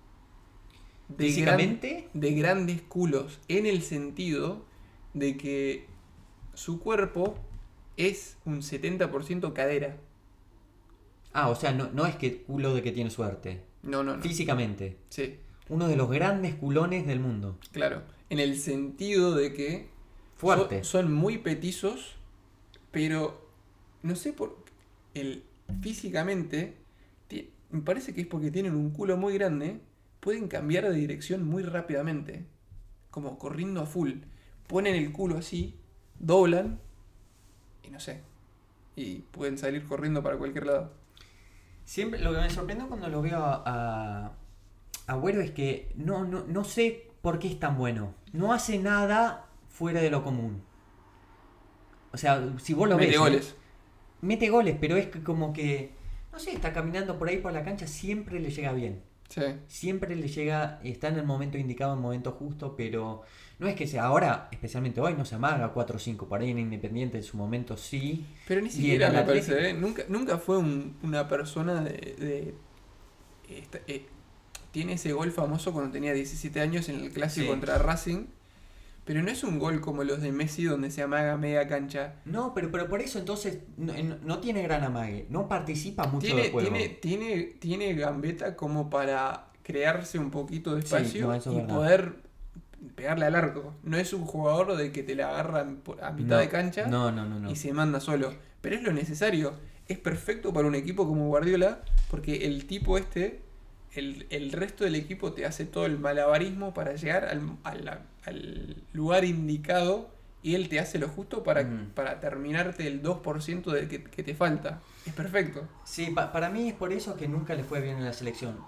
Físicamente, De grandes culos. En el sentido de que su cuerpo es un 70% cadera. o sea, no es que culo de que tiene suerte. No. Físicamente, Sí, uno de los grandes culones del mundo. claro. En el sentido de que Fuerte. son muy petizos, pero no sé por físicamente me parece que es porque tienen un culo muy grande, pueden cambiar de dirección muy rápidamente, como corriendo a full. Ponen el culo así, doblan y no sé, y pueden salir corriendo para cualquier lado. Siempre lo que me sorprende cuando lo veo a Agüero es que no sé por qué es tan bueno. No hace nada fuera de lo común. O sea, si vos lo Mete ves. goles. Mete goles, pero es que como que, no sé, está caminando por ahí por la cancha, siempre le llega bien. Sí. Siempre le llega, está en el momento indicado, en el momento justo, pero no es que sea ahora, especialmente hoy, no se amaga 4 o 5, por ahí en Independiente en su momento sí. Pero ni Y siquiera en el me parece, Atlético- Nunca fue una persona tiene ese gol famoso cuando tenía 17 años en el clásico Sí. contra Racing. Pero no es un gol como los de Messi donde se amaga media cancha. No, pero por eso entonces no tiene gran amague, no participa mucho del juego. Tiene gambeta como para crearse un poquito de Sí, espacio no, eso es y verdad. poder pegarle al arco. No es un jugador de que te la agarra a mitad de cancha No. y se manda solo. Pero es lo necesario. Es perfecto para un equipo como Guardiola porque el tipo el resto del equipo te hace todo el malabarismo para llegar al lugar indicado y él te hace lo justo para terminarte el 2% que te falta. Es perfecto. Sí, para mí es por eso que nunca le fue bien en la selección.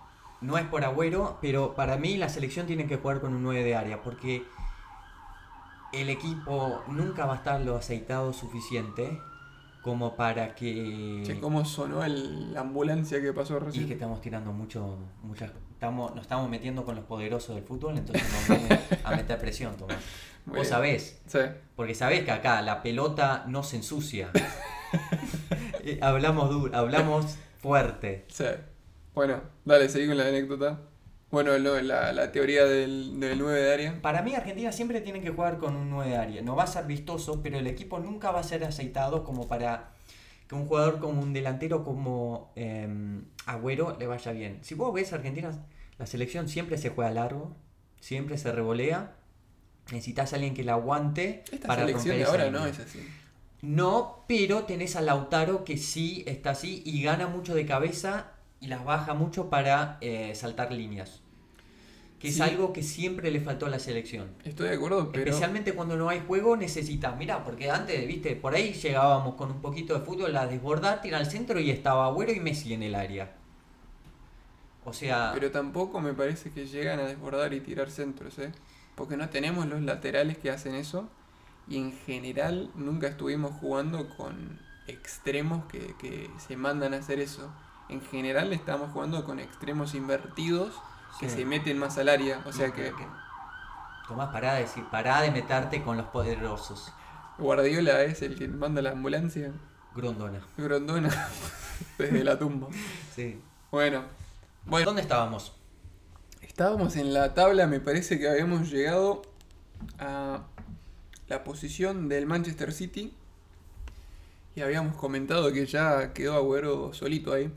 no es por Agüero, pero para mí la selección tiene que jugar con un 9 de área, porque el equipo nunca va a estar lo aceitado suficiente como para Che, que... cómo sonó la ambulancia que pasó Y es que recién. estamos tirando nos estamos metiendo con los poderosos del fútbol, entonces nos vamos a meter presión, Tomás. Muy Vos bien. sabés, Sí. porque sabés que acá la pelota no se ensucia. Hablamos duro, hablamos fuerte. Sí. Bueno, dale, seguí con la anécdota. Bueno, no, la teoría del 9 de área. Para mí Argentina siempre tiene que jugar con un 9 de área. No va a ser vistoso, pero el equipo nunca va a ser aceitado como para que un jugador como un delantero como Agüero le vaya bien. Si vos ves Argentina, la selección siempre se juega largo, siempre se revolea. Necesitas a alguien que la aguante Esta para selección romper de esa ahora línea. no es así. No, pero tenés a Lautaro que sí está así y gana mucho de cabeza y las baja mucho para saltar líneas. Que es Sí, algo que siempre le faltó a la selección. estoy de acuerdo, pero Especialmente cuando no hay juego necesitas, mirá, porque antes, viste, por ahí llegábamos con un poquito de fútbol a desbordar, tirar al centro y estaba Agüero y Messi en el área. O sea, tampoco me parece que llegan a desbordar y tirar centros, ¿eh? Porque no tenemos los laterales que hacen eso y en general nunca estuvimos jugando con extremos que se mandan a hacer eso. En general estamos jugando con extremos invertidos que sí. se meten más al área, o sea No, que pero Tomás, pará de meterte con los poderosos. Guardiola es el que manda la ambulancia, Grondona. Grondona desde la tumba. Sí. Bueno, bueno, ¿Dónde estábamos? estábamos en la tabla, me parece que habíamos llegado a la posición del Manchester City y habíamos comentado que ya quedó Agüero solito ahí.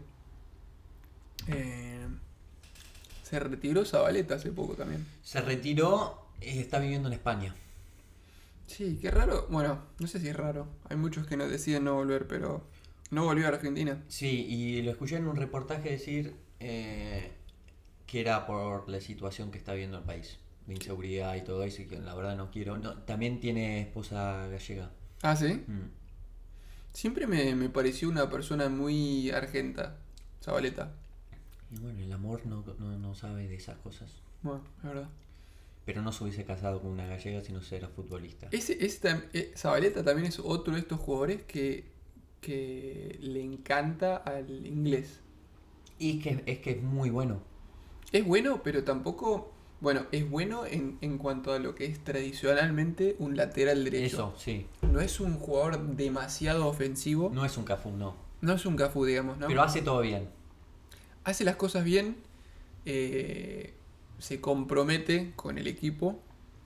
Eh, Se retiró Zabaleta hace poco también. Se retiró, está viviendo en España. Sí, qué raro. Bueno, no sé si es raro. Hay muchos que no deciden no volver, pero no volvió a Argentina. Sí, y lo escuché en un reportaje decir que era por la situación que está viviendo el país, de inseguridad y todo eso, y que la verdad no quiero. No, también tiene esposa gallega. Ah, sí. Mm. Siempre me pareció una persona muy argenta, Zabaleta. Y bueno, el amor no sabe de esas cosas. Bueno, es verdad. Pero no se hubiese casado con una gallega si no fuera futbolista. Zabaleta también es otro de estos jugadores que le encanta al inglés. Y es que es muy bueno. Es bueno, pero tampoco. Bueno, es bueno en cuanto a lo que es tradicionalmente un lateral derecho. Eso, sí. No es un jugador demasiado ofensivo. No es un Cafú, no. No es un Cafú, digamos, ¿no? Pero hace todo bien. Hace las cosas bien. Se compromete con el equipo.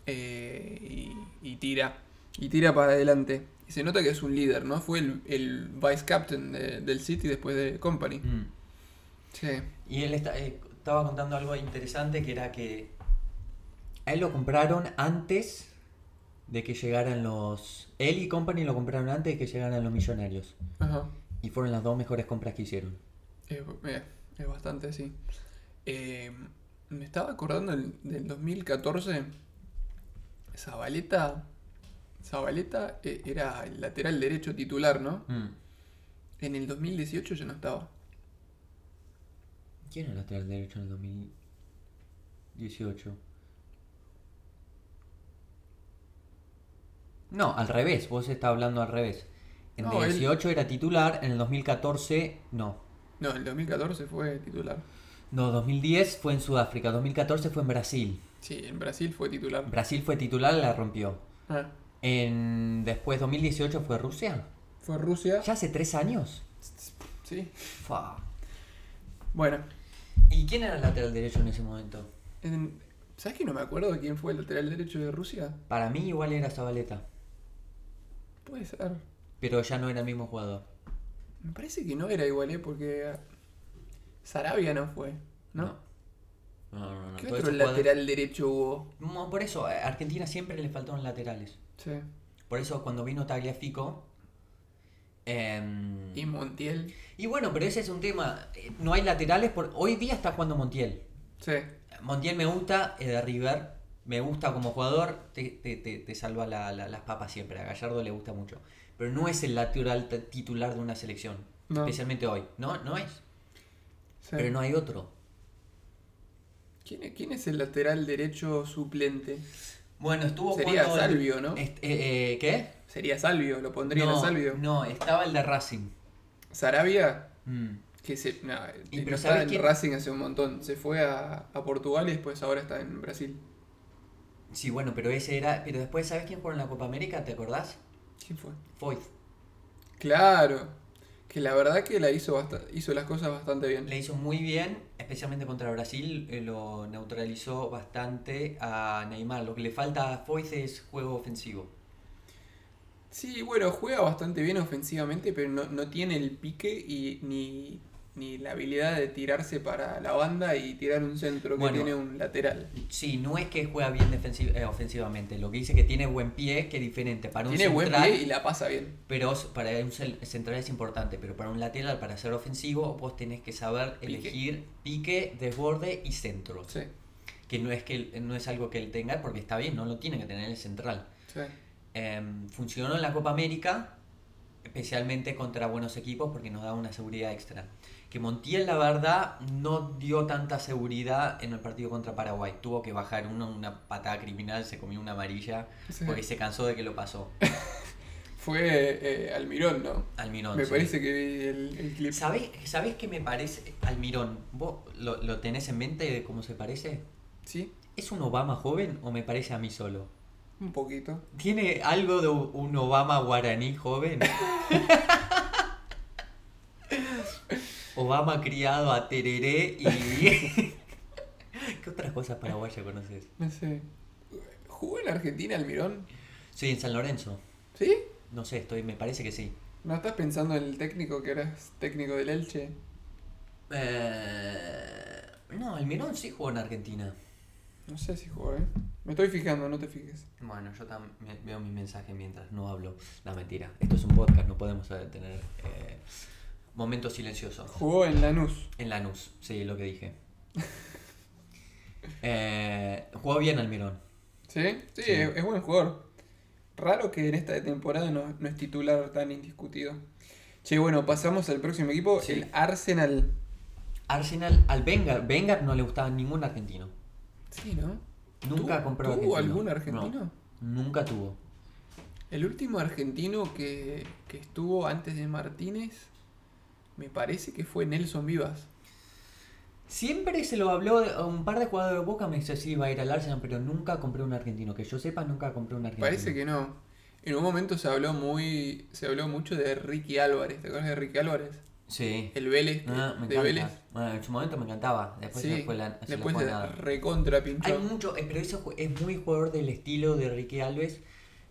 Y tira. Y tira para adelante. Y se nota que es un líder, ¿no? Fue el vice captain del City después de Company. Mm. Sí. Y él estaba contando algo interesante, que era que a él lo compraron antes de que llegaran los... Él y Company lo compraron antes de que llegaran los millonarios. Ajá. Y fueron las dos mejores compras que hicieron. Es bastante así. Me estaba acordando del 2014. Zabaleta era el lateral derecho titular, ¿no? Mm. En el 2018 ya no estaba. ¿Quién era el lateral derecho en el 2018? No, al revés, vos estás hablando al revés. En No, el 18 era titular, en el 2014 no. No, en el 2014 fue titular. No, 2010 fue en Sudáfrica, 2014 fue en Brasil. Sí, en Brasil fue titular. Brasil fue titular y la rompió. Ah, Después 2018 fue Rusia. fue Rusia. ¿Ya hace 3 años? Sí. Fa. Bueno, ¿Y quién era el lateral derecho en ese momento? ¿sabes que no me acuerdo de quién fue el lateral derecho de Rusia? Para mí igual era Zabaleta, Puede ser. pero ya no era el mismo jugador. Me parece que no era igual, porque Sarabia no fue, ¿no? No. ¿Qué Todos otro esos jugadores- lateral derecho hubo? No, por eso, a Argentina siempre le faltaron laterales. Sí. Por eso cuando vino Tagliafico... Y Montiel. y bueno, pero ese es un tema. No hay laterales. Hoy día está jugando Montiel. Sí. Montiel me gusta, es de River. Me gusta como jugador. Te salva las papas siempre. A Gallardo le gusta mucho. Pero no es el lateral titular de una selección. No. Especialmente hoy. No es. Sí. Pero no hay otro. ¿Quién es el lateral derecho suplente? Bueno, estuvo Sería jugando Salvio, ¿no? ¿Qué? Sería Salvio, lo pondrían a No, Salvio. no, estaba el de Racing. Sarabia, Mm. que no Y pero está ¿sabes en quién? Racing hace un montón. Se fue a Portugal y después ahora está en Brasil. Sí, bueno, pero ese era. Pero después, ¿sabes quién jugó en la Copa América? ¿Te acordás? ¿Quién fue? Foyt. Claro, que la verdad que hizo las cosas bastante bien. Le hizo muy bien, especialmente contra Brasil. Lo neutralizó bastante a Neymar. Lo que le falta a Foyt es juego ofensivo. Sí, bueno, juega bastante bien ofensivamente, pero no tiene el pique ni la habilidad de tirarse para la banda y tirar un centro que Bueno, tiene un lateral. sí, no es que juega bien ofensivamente. Lo que dice que tiene buen pie, que es diferente. Para un Tiene buen central, pie y la pasa bien. pero para un central es importante. Pero para un lateral, para ser ofensivo, vos tenés que saber Pique. elegir pique, desborde y centros. Sí, Que no es algo que él tenga porque está bien, no lo tiene que tener el central. sí. Funcionó en la Copa América, especialmente contra buenos equipos porque nos da una seguridad extra. Que Montiel, la verdad, no dio tanta seguridad en el partido contra Paraguay. Tuvo que bajar una patada criminal, se comió una amarilla Sí. porque se cansó de que lo pasó. Fue Almirón, ¿no? Almirón, Me sí. parece que vi el clip. ¿Sabés qué me parece Almirón? ¿Vos lo tenés en mente de cómo se parece? Sí, ¿Es un Obama joven o me parece a mí solo? un poquito. ¿Tiene algo de un Obama guaraní joven? Obama criado a tereré y... ¿Qué otras cosas paraguayas conoces? No sé. ¿Jugó en Argentina Almirón? Sí, en San Lorenzo. ¿Sí? No sé, me parece que sí. ¿No estás pensando en el técnico que eras técnico del Elche? No, Almirón sí jugó en Argentina. No sé si jugó, ¿eh? Me estoy fijando, no te fijes. Bueno, yo también veo mi mensaje mientras no hablo. No, mentira. Esto es un podcast, no podemos tener momentos silenciosos. Jugó en Lanús. En Lanús, sí, lo que dije. Jugó bien Almirón. ¿Sí? Sí, Sí. es buen jugador. Raro que en esta temporada no es titular tan indiscutido. Che, bueno, pasamos al próximo equipo, Sí. el Arsenal. Arsenal al Wenger. Wenger no le gustaba ningún argentino. Sí, ¿no? Nunca compró ¿Tuvo argentino. algún argentino? No, nunca tuvo. El último argentino que estuvo antes de Martínez, me parece que fue Nelson Vivas. Siempre se lo habló a un par de jugadores de Boca, me dice sí, va a ir al Arsenal, pero nunca compré un argentino. Que yo sepa, nunca compré un argentino. Parece que no. En un momento se habló mucho de Ricky Álvarez. ¿Te acuerdas de Ricky Álvarez? Sí. El Vélez, Me de encanta. Vélez. Bueno, en su momento me encantaba. Después Sí, se fue después fue de nada. recontra pinchó. Hay mucho, pero ese es muy jugador del estilo de Ricky Alves.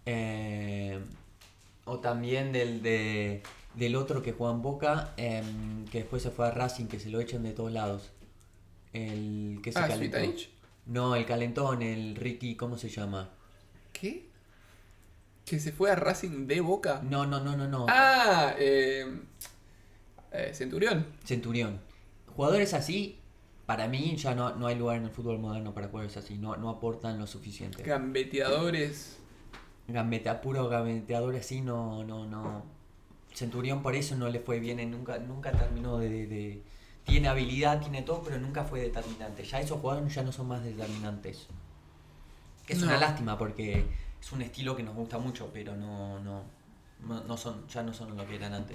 O también del otro que juega en Boca, que después se fue a Racing, que se lo echan de todos lados. El que se calentó. Suitanich. No, el calentón, el Ricky, ¿cómo se llama? ¿Qué? ¿Que se fue a Racing de Boca? No. Ah, Centurión. Centurión. Jugadores así, para mí ya no hay lugar en el fútbol moderno para jugadores así. No aportan lo suficiente. Gambeteadores. Puro gambeteador así, no. Centurión por eso no le fue bien, nunca terminó de... Tiene habilidad, tiene todo, pero nunca fue determinante. Ya esos jugadores ya no son más determinantes. Es una No. lástima porque es un estilo que nos gusta mucho, pero ya no son lo que eran antes.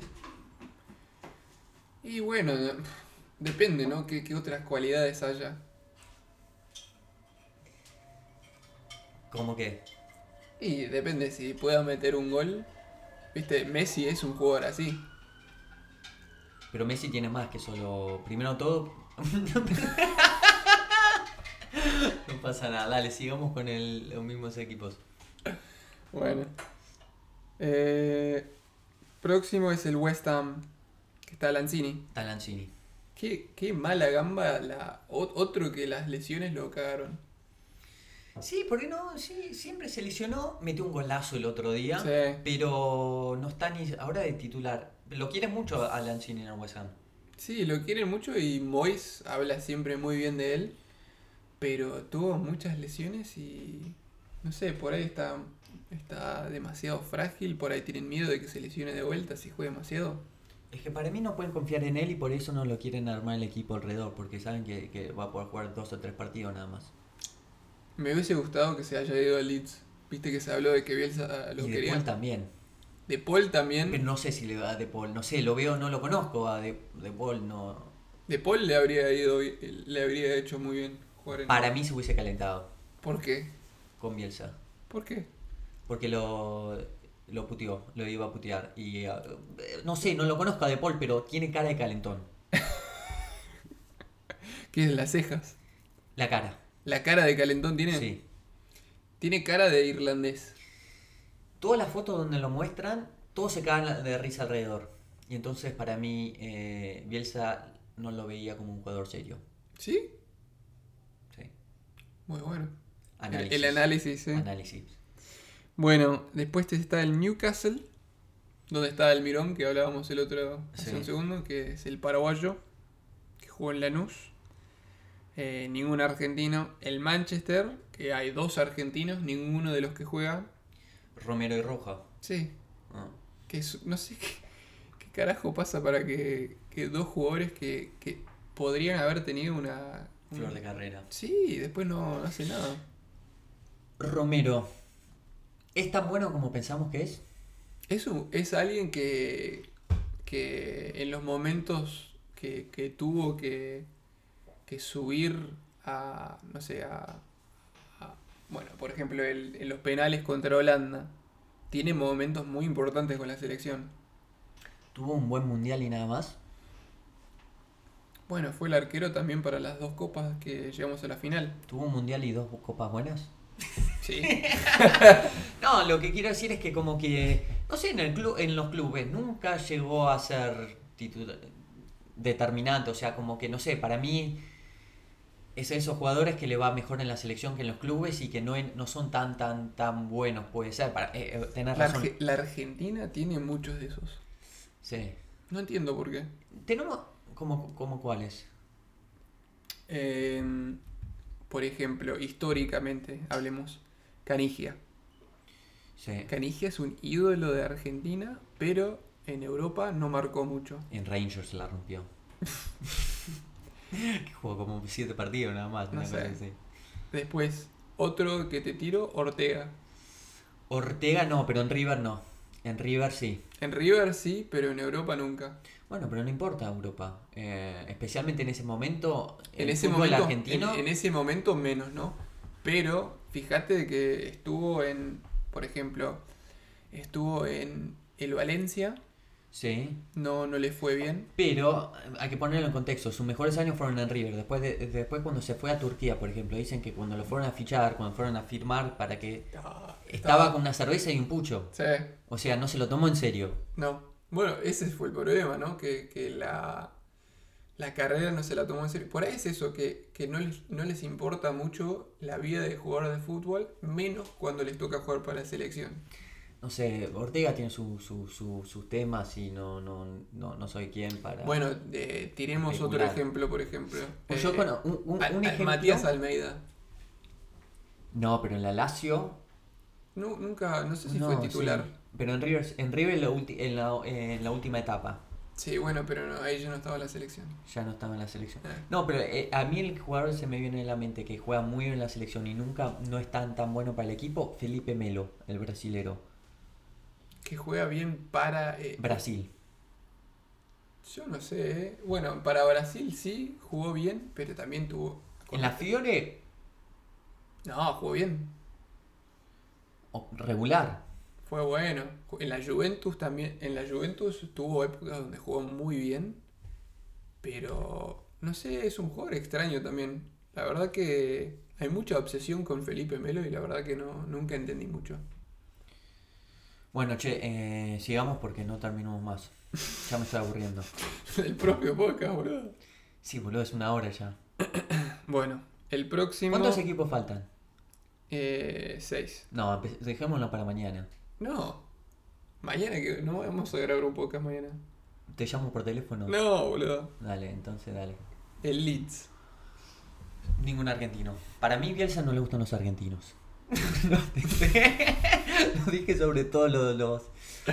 Y bueno, depende, ¿no? ¿Qué otras cualidades haya? ¿Cómo que? Y depende si pueda meter un gol. Viste, Messi es un jugador así. Pero Messi tiene más que solo... Primero todo... No pasa nada, dale, sigamos con los mismos equipos. Bueno. Próximo es el West Ham, que está Lanzini. Talancini. Qué mala gamba, otro que las lesiones lo cagaron. Sí, porque no, sí, siempre se lesionó, metió un golazo el otro día, Sí. pero no está ni ahora de titular. Lo quiere mucho a Lanzini en el West Ham. Sí, lo quieren mucho y Moyes habla siempre muy bien de él, pero tuvo muchas lesiones y no sé, por ahí está demasiado frágil, por ahí tienen miedo de que se lesione de vuelta si juega demasiado. Es que para mí no pueden confiar en él y por eso no lo quieren armar el equipo alrededor, porque saben que va a poder jugar 2 o 3 partidos nada más. Me hubiese gustado que se haya ido al Leeds. Viste que se habló de que Bielsa lo Y De quería. Paul también. De Paul también. Pero no sé si le va a De Paul, no sé, lo veo, no lo conozco a De Paul, no. De Paul le habría ido, le habría hecho muy bien jugar en. Para mí se hubiese calentado ¿Por qué? con Bielsa. ¿Por qué? Porque lo puteó, lo iba a putear. Y no sé, no lo conozco a De Paul, pero tiene cara de calentón. ¿Qué es las cejas? La cara. ¿La cara de calentón tiene? Sí. Tiene cara de irlandés. Todas las fotos donde lo muestran, todos se cagan de risa alrededor. Y entonces para mí Bielsa no lo veía como un jugador serio. ¿Sí? Sí. Muy bueno. Análisis. El análisis, sí. Análisis. Bueno, después está el Newcastle, donde está Almirón, que hablábamos el otro hace Sí. un segundo, que es el paraguayo, que jugó en Lanús. Ningún argentino. El Manchester, que hay 2 argentinos, ninguno de los que juega. Romero y Roja. Sí, Ah. que no sé qué carajo pasa para que 2 jugadores que podrían haber tenido una... Flor de carrera. Sí, después no hace nada. Romero. ¿Es tan bueno como pensamos que es? Es alguien que en los momentos que tuvo que subir a, no sé, bueno, por ejemplo, en los penales contra Holanda, tiene momentos muy importantes con la selección. Tuvo un buen mundial y nada más. Bueno, fue el arquero también para las 2 copas que llegamos a la final. Tuvo un mundial y 2 copas buenas. Sí. No, lo que quiero decir es que como que, no sé, en los clubes nunca llegó a ser determinante, o sea, como que, no sé, para mí es esos jugadores que le va mejor en la selección que en los clubes y que no son tan buenos, puede ser, tenés razón. La Argentina tiene muchos de esos. Sí. No entiendo por qué. Tenemos, como cuáles. Por ejemplo, históricamente, hablemos, Canigia. Sí. Canigia es un ídolo de Argentina, pero en Europa no marcó mucho. En Rangers la rompió. Que jugó como 7 partidos nada más. No Una sé. cosa así. Después, otro que te tiro, Ortega. Ortega no, pero en River no. En River sí. En River sí, pero en Europa nunca. Bueno, pero no importa Europa. Especialmente en ese momento. En El ese fútbol momento, argentino. en ese momento menos, ¿no? Pero fíjate que estuvo en, por ejemplo, estuvo en el Valencia, Sí. no le fue bien. Pero hay que ponerlo en contexto. Sus mejores años fueron en River. Después cuando se fue a Turquía, por ejemplo, dicen que cuando lo fueron a fichar, cuando fueron a firmar para que estaba con una cerveza y un pucho. Sí, O sea, no se lo tomó en serio. no. Bueno, ese fue el problema, ¿no? Que la carrera no se la tomó en serio. Por ahí es eso, que no les importa mucho la vida de jugador de fútbol, menos cuando les toca jugar para la selección. No sé, Ortega tiene sus temas y no soy quien para... Bueno, tiremos otro especular. ejemplo, por ejemplo. Pues yo un ejemplo... Matías Almeida. No, pero en la Lazio... Nunca, no sé si no, fue titular. sí. Pero en River en la última etapa. Sí, bueno, pero no, ahí yo no estaba en la selección. Ya no estaba en la selección. Ah. No, pero a mí el jugador se me viene en la mente que juega muy bien en la selección y nunca no es tan bueno para el equipo. Felipe Melo, el brasilero. Que juega bien para... Brasil. Yo no sé, ¿eh? Bueno, para Brasil sí, jugó bien, pero también tuvo... En la Fiore, No, jugó bien. regular. Fue bueno. En la Juventus también. En la Juventus tuvo épocas donde jugó muy bien. Pero no sé, es un jugador extraño también. La verdad que hay mucha obsesión con Felipe Melo y la verdad que nunca entendí mucho. Bueno, che, sigamos porque no terminamos más. Ya me estoy aburriendo. El propio podcast, boludo. Sí, boludo, es 1 hora ya. Bueno, el próximo... ¿Cuántos equipos faltan? 6. No, dejémoslo para mañana. No. Mañana que no vamos a grabar un podcast mañana. ¿Te llamo por teléfono? No, boludo. Dale, entonces dale. El Leeds. Ningún argentino. Para mí Bielsa no le gustan los argentinos. Lo dije sobre todo los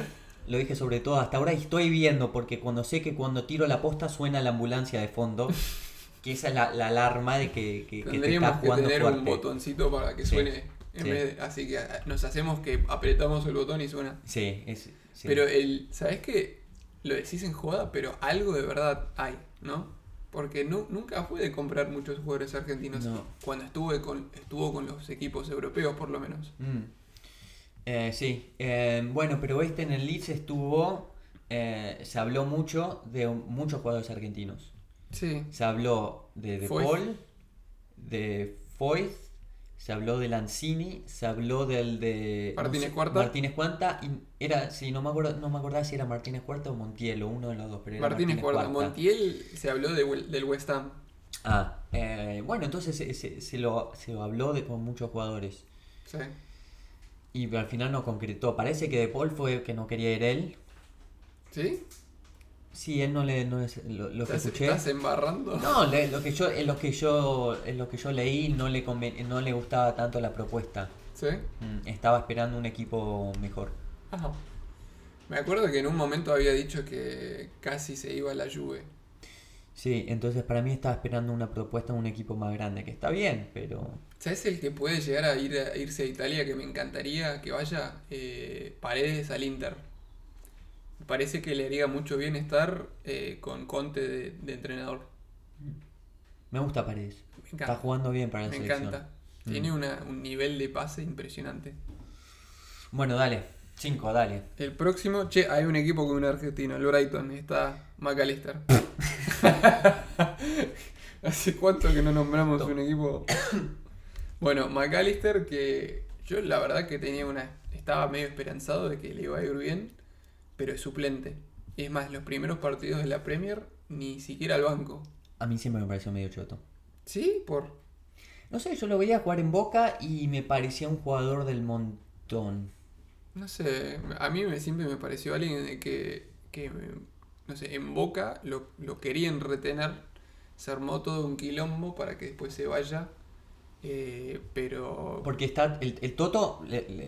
lo dije sobre todo hasta ahora y estoy viendo, porque cuando sé que cuando tiro la posta suena la ambulancia de fondo, que esa es la alarma de que te Tendríamos estás que jugando tener fuerte. un botoncito para que Sí, suene sí. así que nos hacemos que apretamos el botón y suena. Sí, sí. Pero ¿sabes qué? Lo decís en joda, pero algo de verdad hay, ¿no? Porque nunca fue de comprar muchos jugadores argentinos No. cuando estuvo con los equipos europeos por lo menos. Sí, bueno, pero en el Leeds estuvo, se habló mucho de muchos jugadores argentinos. Sí. Se habló de Foyth. Paul, de Foyth, se habló de Lanzini, se habló del de Martínez Cuarta. Martínez Cuarta, y era, sí, no me acordaba si era Martínez Cuarta o Montiel, o uno de los dos, pero era Martínez Cuarta. Montiel se habló del West Ham. Bueno, entonces se lo habló con muchos jugadores. Sí. Y al final no concretó. Parece que De Paul fue que no quería ir él. ¿Sí? Sí, él no lo que escuché. ¿Estás embarrando? No, lo que yo leí no le gustaba tanto la propuesta. ¿Sí? Estaba esperando un equipo mejor. Ajá. Me acuerdo que en un momento había dicho que casi se iba a la Juve. Sí, entonces para mí estaba esperando una propuesta de un equipo más grande, que está bien, pero... ¿Sabes el que puede llegar a irse a Italia que me encantaría que vaya? Paredes al Inter. Me parece que le haría mucho bien estar con Conte de entrenador. Me gusta Paredes. Me encanta. Está jugando bien para la Me selección. encanta. Tiene un nivel de pase impresionante. Bueno, dale. 5, dale. El próximo, hay un equipo con un argentino, el Brighton, está McAllister. ¿Hace cuánto que no nombramos un equipo? Bueno, McAllister, que yo la verdad que estaba medio esperanzado de que le iba a ir bien, pero es suplente. Y es más, los primeros partidos de la Premier ni siquiera al banco. A mí siempre me pareció medio choto. ¿Sí? No sé, yo lo veía jugar en Boca y me parecía un jugador del montón. No sé, a mí siempre me pareció alguien de que no sé, en Boca lo querían retener, se armó todo un quilombo para que después se vaya, pero... Porque está el Toto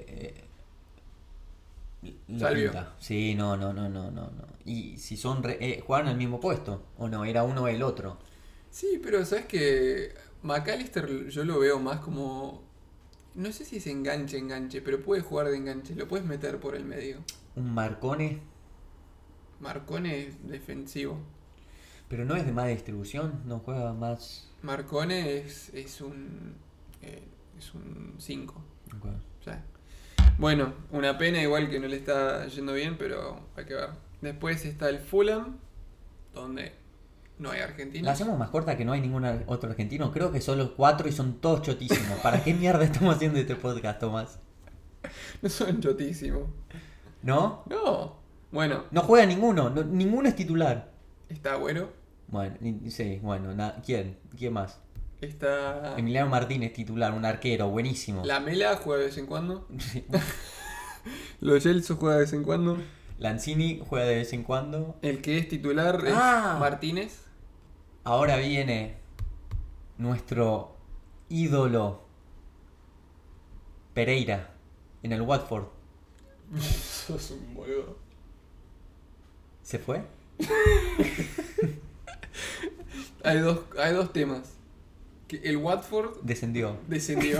lo Salvio. pinta. Sí, no. Y si son jugaron al mismo puesto o no, era uno o el otro. Sí, pero sabes que McAllister yo lo veo más como... No sé si es enganche, pero puede jugar de enganche, lo puedes meter por el medio. Un Marcone, Marcone es defensivo. pero no es de más distribución, no juega más. Marcone es un 5. Ok. O sea, bueno, una pena igual que no le está yendo bien, pero hay que ver. Después está el Fulham, donde no hay argentinos. La hacemos más corta, que no hay ningún otro argentino. Creo que son los 4 y son todos chotísimos. ¿Para qué mierda estamos haciendo este podcast, Tomás? No son chotísimos. ¿No? No. Bueno, No juega ninguno, ninguno es titular. está Agüero. Bueno, sí, bueno, ¿quién? ¿Quién más? Está Emiliano Martínez, titular, un arquero, buenísimo. Lamela, juega de vez en cuando. Sí. Lo Celso juega de vez en cuando. Lanzini juega de vez en cuando. El que es titular es Martínez. Ahora viene nuestro ídolo Pereira en el Watford. Sos un boludo. ¿Se fue? Hay dos temas. Que el Watford Descendió. descendió.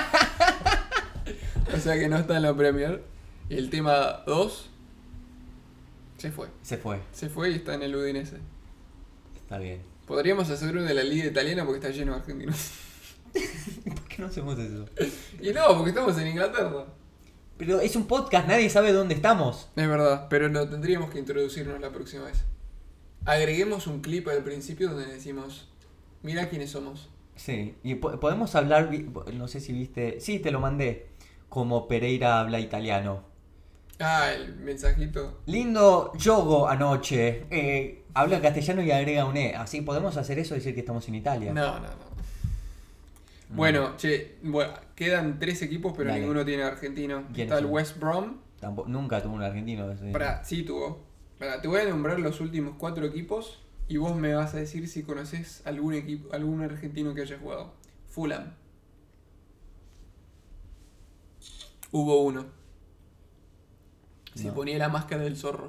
O sea que no está en la Premier. Y el tema 2 se fue. Se fue. Se fue y está en el Udinese. Está bien. Podríamos hacer uno de la liga italiana porque está lleno de argentinos. ¿Por qué no hacemos eso? Y no, porque estamos en Inglaterra. Pero es un podcast, nadie sabe dónde estamos. Es verdad, pero lo tendríamos que introducirnos la próxima vez. Agreguemos un clip al principio donde decimos, mira quiénes somos. Sí, y podemos hablar, no sé si viste, sí, te lo mandé, como Pereira habla italiano. Ah, el mensajito. Lindo yogo anoche, habla castellano y agrega un E, así podemos hacer eso y decir que estamos en Italia. No. Bueno, quedan 3 equipos, pero Dale. ninguno tiene argentino. ¿Quiénes Está el son? West Brom. Nunca tuvo un argentino. Sí tuvo. Te voy a nombrar los últimos 4 equipos y vos me vas a decir si conoces algún argentino que haya jugado. Fulham. Hubo uno. Se No. ponía la máscara del zorro.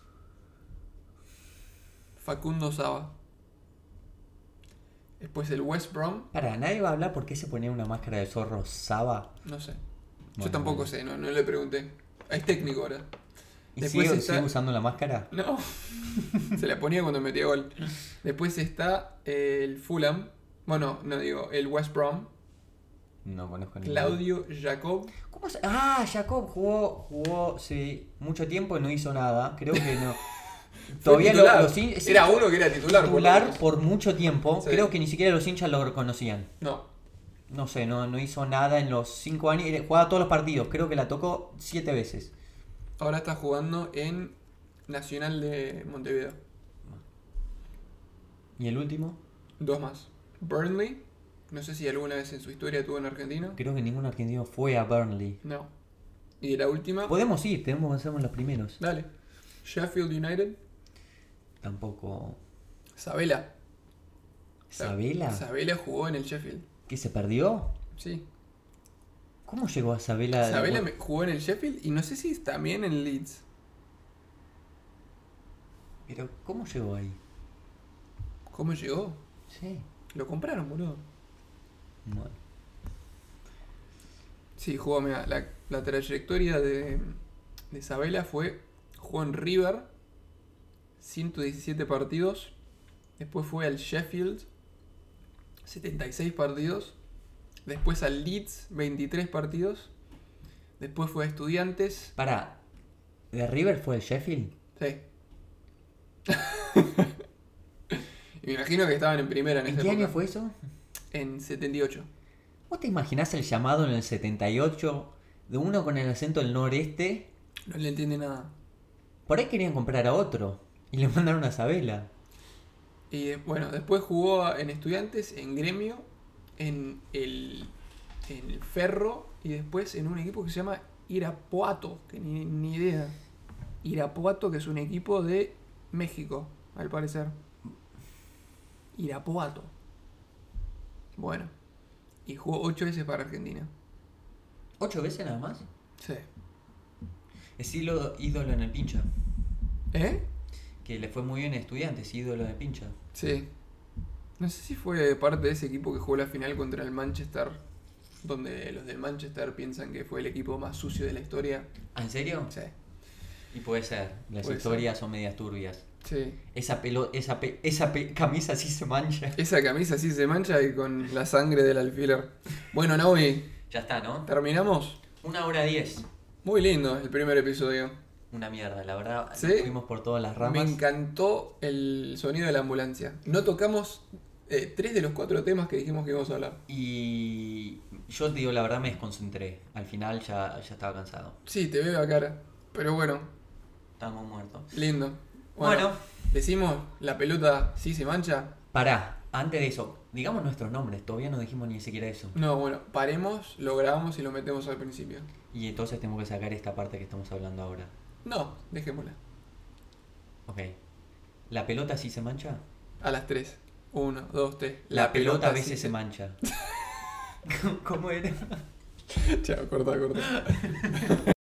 Facundo Saba. Después el West Brom. Para, nadie va a hablar por qué se ponía una máscara de zorro Saba. No sé. Yo Bueno, tampoco bueno. sé, no le pregunté. Es técnico ahora. ¿Y Después sigue, está- sigue usando la máscara? No. Se la ponía cuando metía gol. Después está el Fulham. Bueno, no digo, el West Brom. No conozco ninguno. Claudio Jacob. ¿Cómo se...? Ah, Jacob jugó, sí, mucho tiempo y no hizo nada. Creo que no. Todavía Fue titular. sí, Era uno que era titular. por lo titular menos. por mucho tiempo. Sí. Creo que ni siquiera los hinchas lo reconocían. No. No sé, no hizo nada en los 5 años. Jugaba todos los partidos. Creo que la tocó 7 veces. Ahora está jugando en Nacional de Montevideo. ¿Y el último? Dos más. Burnley. No sé si alguna vez en su historia tuvo en Argentina. Creo que ningún argentino fue a Burnley. No. Y la última. Podemos ir, tenemos que ser los primeros. Dale. Sheffield United. Tampoco. Sabela. ¿Sabela? Sabela jugó en el Sheffield. ¿Que se perdió? Sí. ¿Cómo llegó a Sabela? Sabela jugó en el Sheffield y no sé si también en Leeds. Pero, ¿cómo llegó ahí? ¿Cómo llegó? Sí. Lo compraron, boludo. Bueno. Sí, jugó, mira, la trayectoria de Sabela jugó en River, 117 partidos. Después fue al Sheffield, 76 partidos. Después al Leeds, 23 partidos. Después fue a Estudiantes. Para, ¿de River fue el Sheffield? Sí. Y me imagino que estaban en primera en ¿En esa qué época. año fue eso? En 78. ¿Vos te imaginás el llamado en el 78 de uno con el acento del noreste? No le entiende nada. Por ahí querían comprar a otro y le mandaron a Sabela. Y bueno, después jugó en Estudiantes, en Gremio, en el Ferro y después en un equipo que se llama Irapuato, que ni idea. Irapuato, que es un equipo de México, al parecer. Irapuato. Bueno. Y jugó 8 veces para Argentina. ¿8 veces nada más? Sí. Es ídolo en el pincha. ¿Eh? Que le fue muy bien a Estudiantes, ídolo en el pincha. Sí. No sé si fue parte de ese equipo que jugó la final contra el Manchester, donde los del Manchester piensan que fue el equipo más sucio de la historia. ¿Ah, en serio? Sí. Y puede ser, las Puede historias son medias turbias. Sí. Esa camisa sí se mancha. Esa camisa sí se mancha y con la sangre del alfiler. Bueno, Naomi, Ya está, ¿no? ¿terminamos? 1:10. Muy lindo el primer episodio. Una mierda, la verdad. ¿Sí? Nos fuimos por todas las Me ramas. encantó el sonido de la ambulancia. No tocamos 3 de los 4 temas que dijimos que íbamos a hablar. Y yo te digo, la verdad me desconcentré. Al final ya estaba cansado. Sí, te veo a cara. Pero bueno, Estábamos muertos. lindo. Bueno. Decimos, la pelota sí se mancha. Pará, antes de eso, digamos nuestros nombres. Todavía no dijimos ni siquiera eso. No, bueno, paremos, lo grabamos y lo metemos al principio. Y entonces tengo que sacar esta parte que estamos hablando ahora. No, dejémosla. Ok. ¿La pelota sí se mancha? A las 3. 1, 2, 3. La pelota a veces se mancha. ¿Cómo era? Chao, corta.